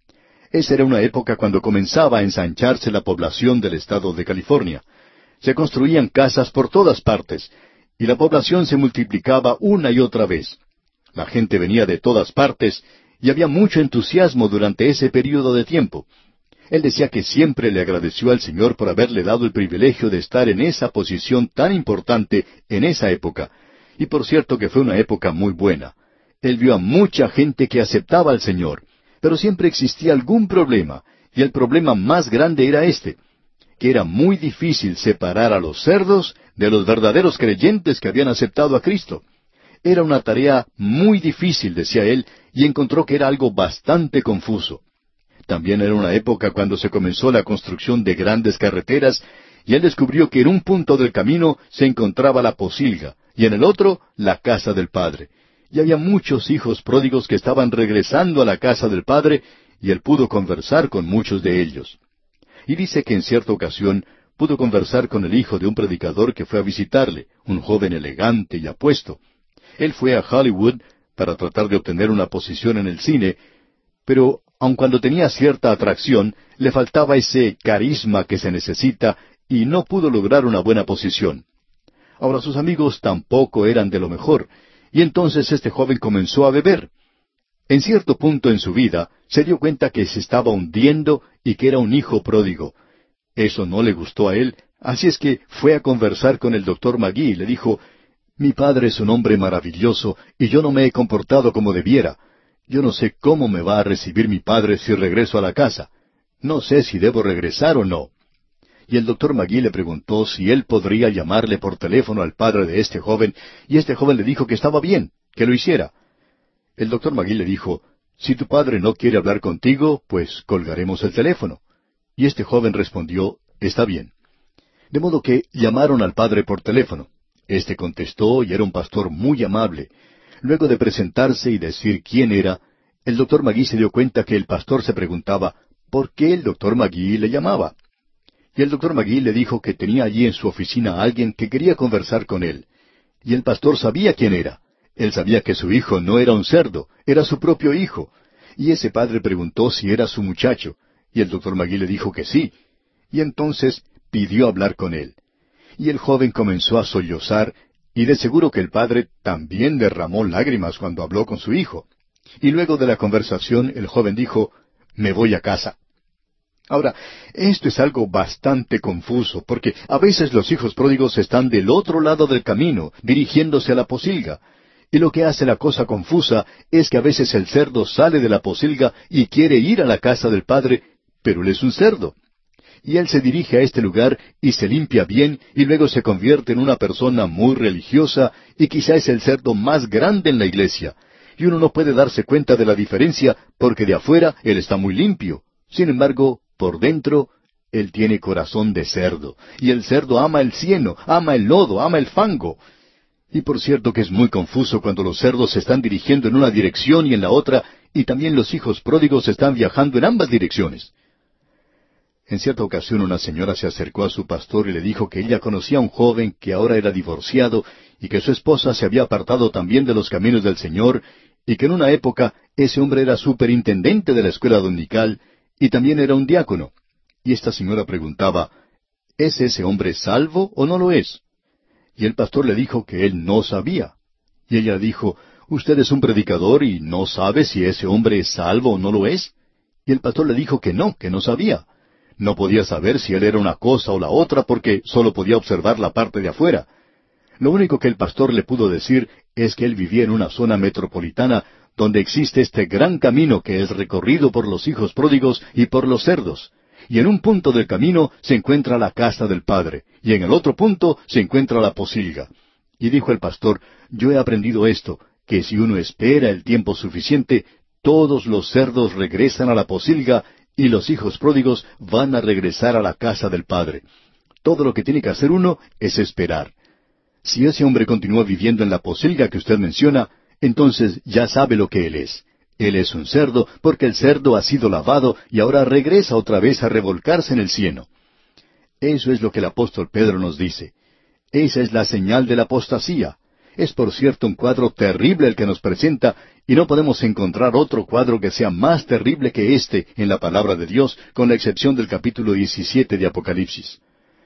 Esa era una época cuando comenzaba a ensancharse la población del estado de California. Se construían casas por todas partes, y la población se multiplicaba una y otra vez. La gente venía de todas partes, y había mucho entusiasmo durante ese período de tiempo. Él decía que siempre le agradeció al Señor por haberle dado el privilegio de estar en esa posición tan importante en esa época. Y por cierto que fue una época muy buena. Él vio a mucha gente que aceptaba al Señor, pero siempre existía algún problema, y el problema más grande era este, que era muy difícil separar a los cerdos de los verdaderos creyentes que habían aceptado a Cristo. Era una tarea muy difícil, decía él, y encontró que era algo bastante confuso. También era una época cuando se comenzó la construcción de grandes carreteras, y él descubrió que en un punto del camino se encontraba la posilga, y en el otro la casa del Padre. Y había muchos hijos pródigos que estaban regresando a la casa del Padre, y él pudo conversar con muchos de ellos. Y dice que en cierta ocasión pudo conversar con el hijo de un predicador que fue a visitarle, un joven elegante y apuesto. Él fue a Hollywood para tratar de obtener una posición en el cine, pero aun cuando tenía cierta atracción, le faltaba ese carisma que se necesita y no pudo lograr una buena posición. Ahora sus amigos tampoco eran de lo mejor, y entonces este joven comenzó a beber. En cierto punto en su vida se dio cuenta que se estaba hundiendo y que era un hijo pródigo. Eso no le gustó a él, así es que fue a conversar con el doctor McGee y le dijo, «Mi padre es un hombre maravilloso y yo no me he comportado como debiera. Yo no sé cómo me va a recibir mi padre si regreso a la casa. No sé si debo regresar o no». Y el doctor McGee le preguntó si él podría llamarle por teléfono al padre de este joven, y este joven le dijo que estaba bien, que lo hiciera. El doctor McGee le dijo, «Si tu padre no quiere hablar contigo, pues colgaremos el teléfono». Y este joven respondió, «Está bien». De modo que llamaron al padre por teléfono. Este contestó y era un pastor muy amable. Luego de presentarse y decir quién era, el doctor Magui se dio cuenta que el pastor se preguntaba por qué el doctor Magui le llamaba. Y el doctor Magui le dijo que tenía allí en su oficina a alguien que quería conversar con él. Y el pastor sabía quién era. Él sabía que su hijo no era un cerdo, era su propio hijo. Y ese padre preguntó si era su muchacho. Y el doctor Magui le dijo que sí. Y entonces pidió hablar con él. Y el joven comenzó a sollozar, y de seguro que el padre también derramó lágrimas cuando habló con su hijo. Y luego de la conversación, el joven dijo, «Me voy a casa». Ahora, esto es algo bastante confuso, porque a veces los hijos pródigos están del otro lado del camino, dirigiéndose a la posilga. Y lo que hace la cosa confusa es que a veces el cerdo sale de la posilga y quiere ir a la casa del padre, pero él es un cerdo. Y él se dirige a este lugar y se limpia bien y luego se convierte en una persona muy religiosa y quizá es el cerdo más grande en la iglesia. Y uno no puede darse cuenta de la diferencia porque de afuera él está muy limpio. Sin embargo, por dentro, él tiene corazón de cerdo. Y el cerdo ama el cieno, ama el lodo, ama el fango. Y por cierto que es muy confuso cuando los cerdos se están dirigiendo en una dirección y en la otra, y también los hijos pródigos están viajando en ambas direcciones. En cierta ocasión una señora se acercó a su pastor y le dijo que ella conocía a un joven que ahora era divorciado y que su esposa se había apartado también de los caminos del Señor y que en una época ese hombre era superintendente de la escuela dominical y también era un diácono. Y esta señora preguntaba, ¿es ese hombre salvo o no lo es? Y el pastor le dijo que él no sabía. Y ella dijo, «Usted es un predicador y no sabe si ese hombre es salvo o no lo es». Y el pastor le dijo que no, que no sabía. No podía saber si él era una cosa o la otra porque solo podía observar la parte de afuera. Lo único que el pastor le pudo decir es que él vivía en una zona metropolitana donde existe este gran camino que es recorrido por los hijos pródigos y por los cerdos. Y en un punto del camino se encuentra la casa del Padre, y en el otro punto se encuentra la posilga. Y dijo el pastor, «Yo he aprendido esto, que si uno espera el tiempo suficiente, todos los cerdos regresan a la posilga y los hijos pródigos van a regresar a la casa del Padre. Todo lo que tiene que hacer uno es esperar. Si ese hombre continúa viviendo en la posilga que usted menciona, entonces ya sabe lo que él es. Él es un cerdo porque el cerdo ha sido lavado y ahora regresa otra vez a revolcarse en el cieno». Eso es lo que el apóstol Pedro nos dice. Esa es la señal de la apostasía. Es por cierto un cuadro terrible el que nos presenta, y no podemos encontrar otro cuadro que sea más terrible que este en la palabra de Dios, con la excepción del capítulo diecisiete de Apocalipsis.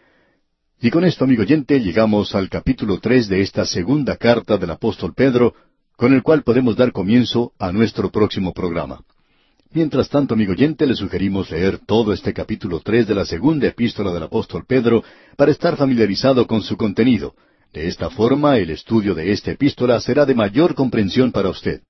Y con esto, amigo oyente, llegamos al capítulo tres de esta segunda carta del apóstol Pedro, con el cual podemos dar comienzo a nuestro próximo programa. Mientras tanto, amigo oyente, le sugerimos leer todo este capítulo tres de la segunda epístola del apóstol Pedro para estar familiarizado con su contenido. De esta forma, el estudio de esta epístola será de mayor comprensión para usted.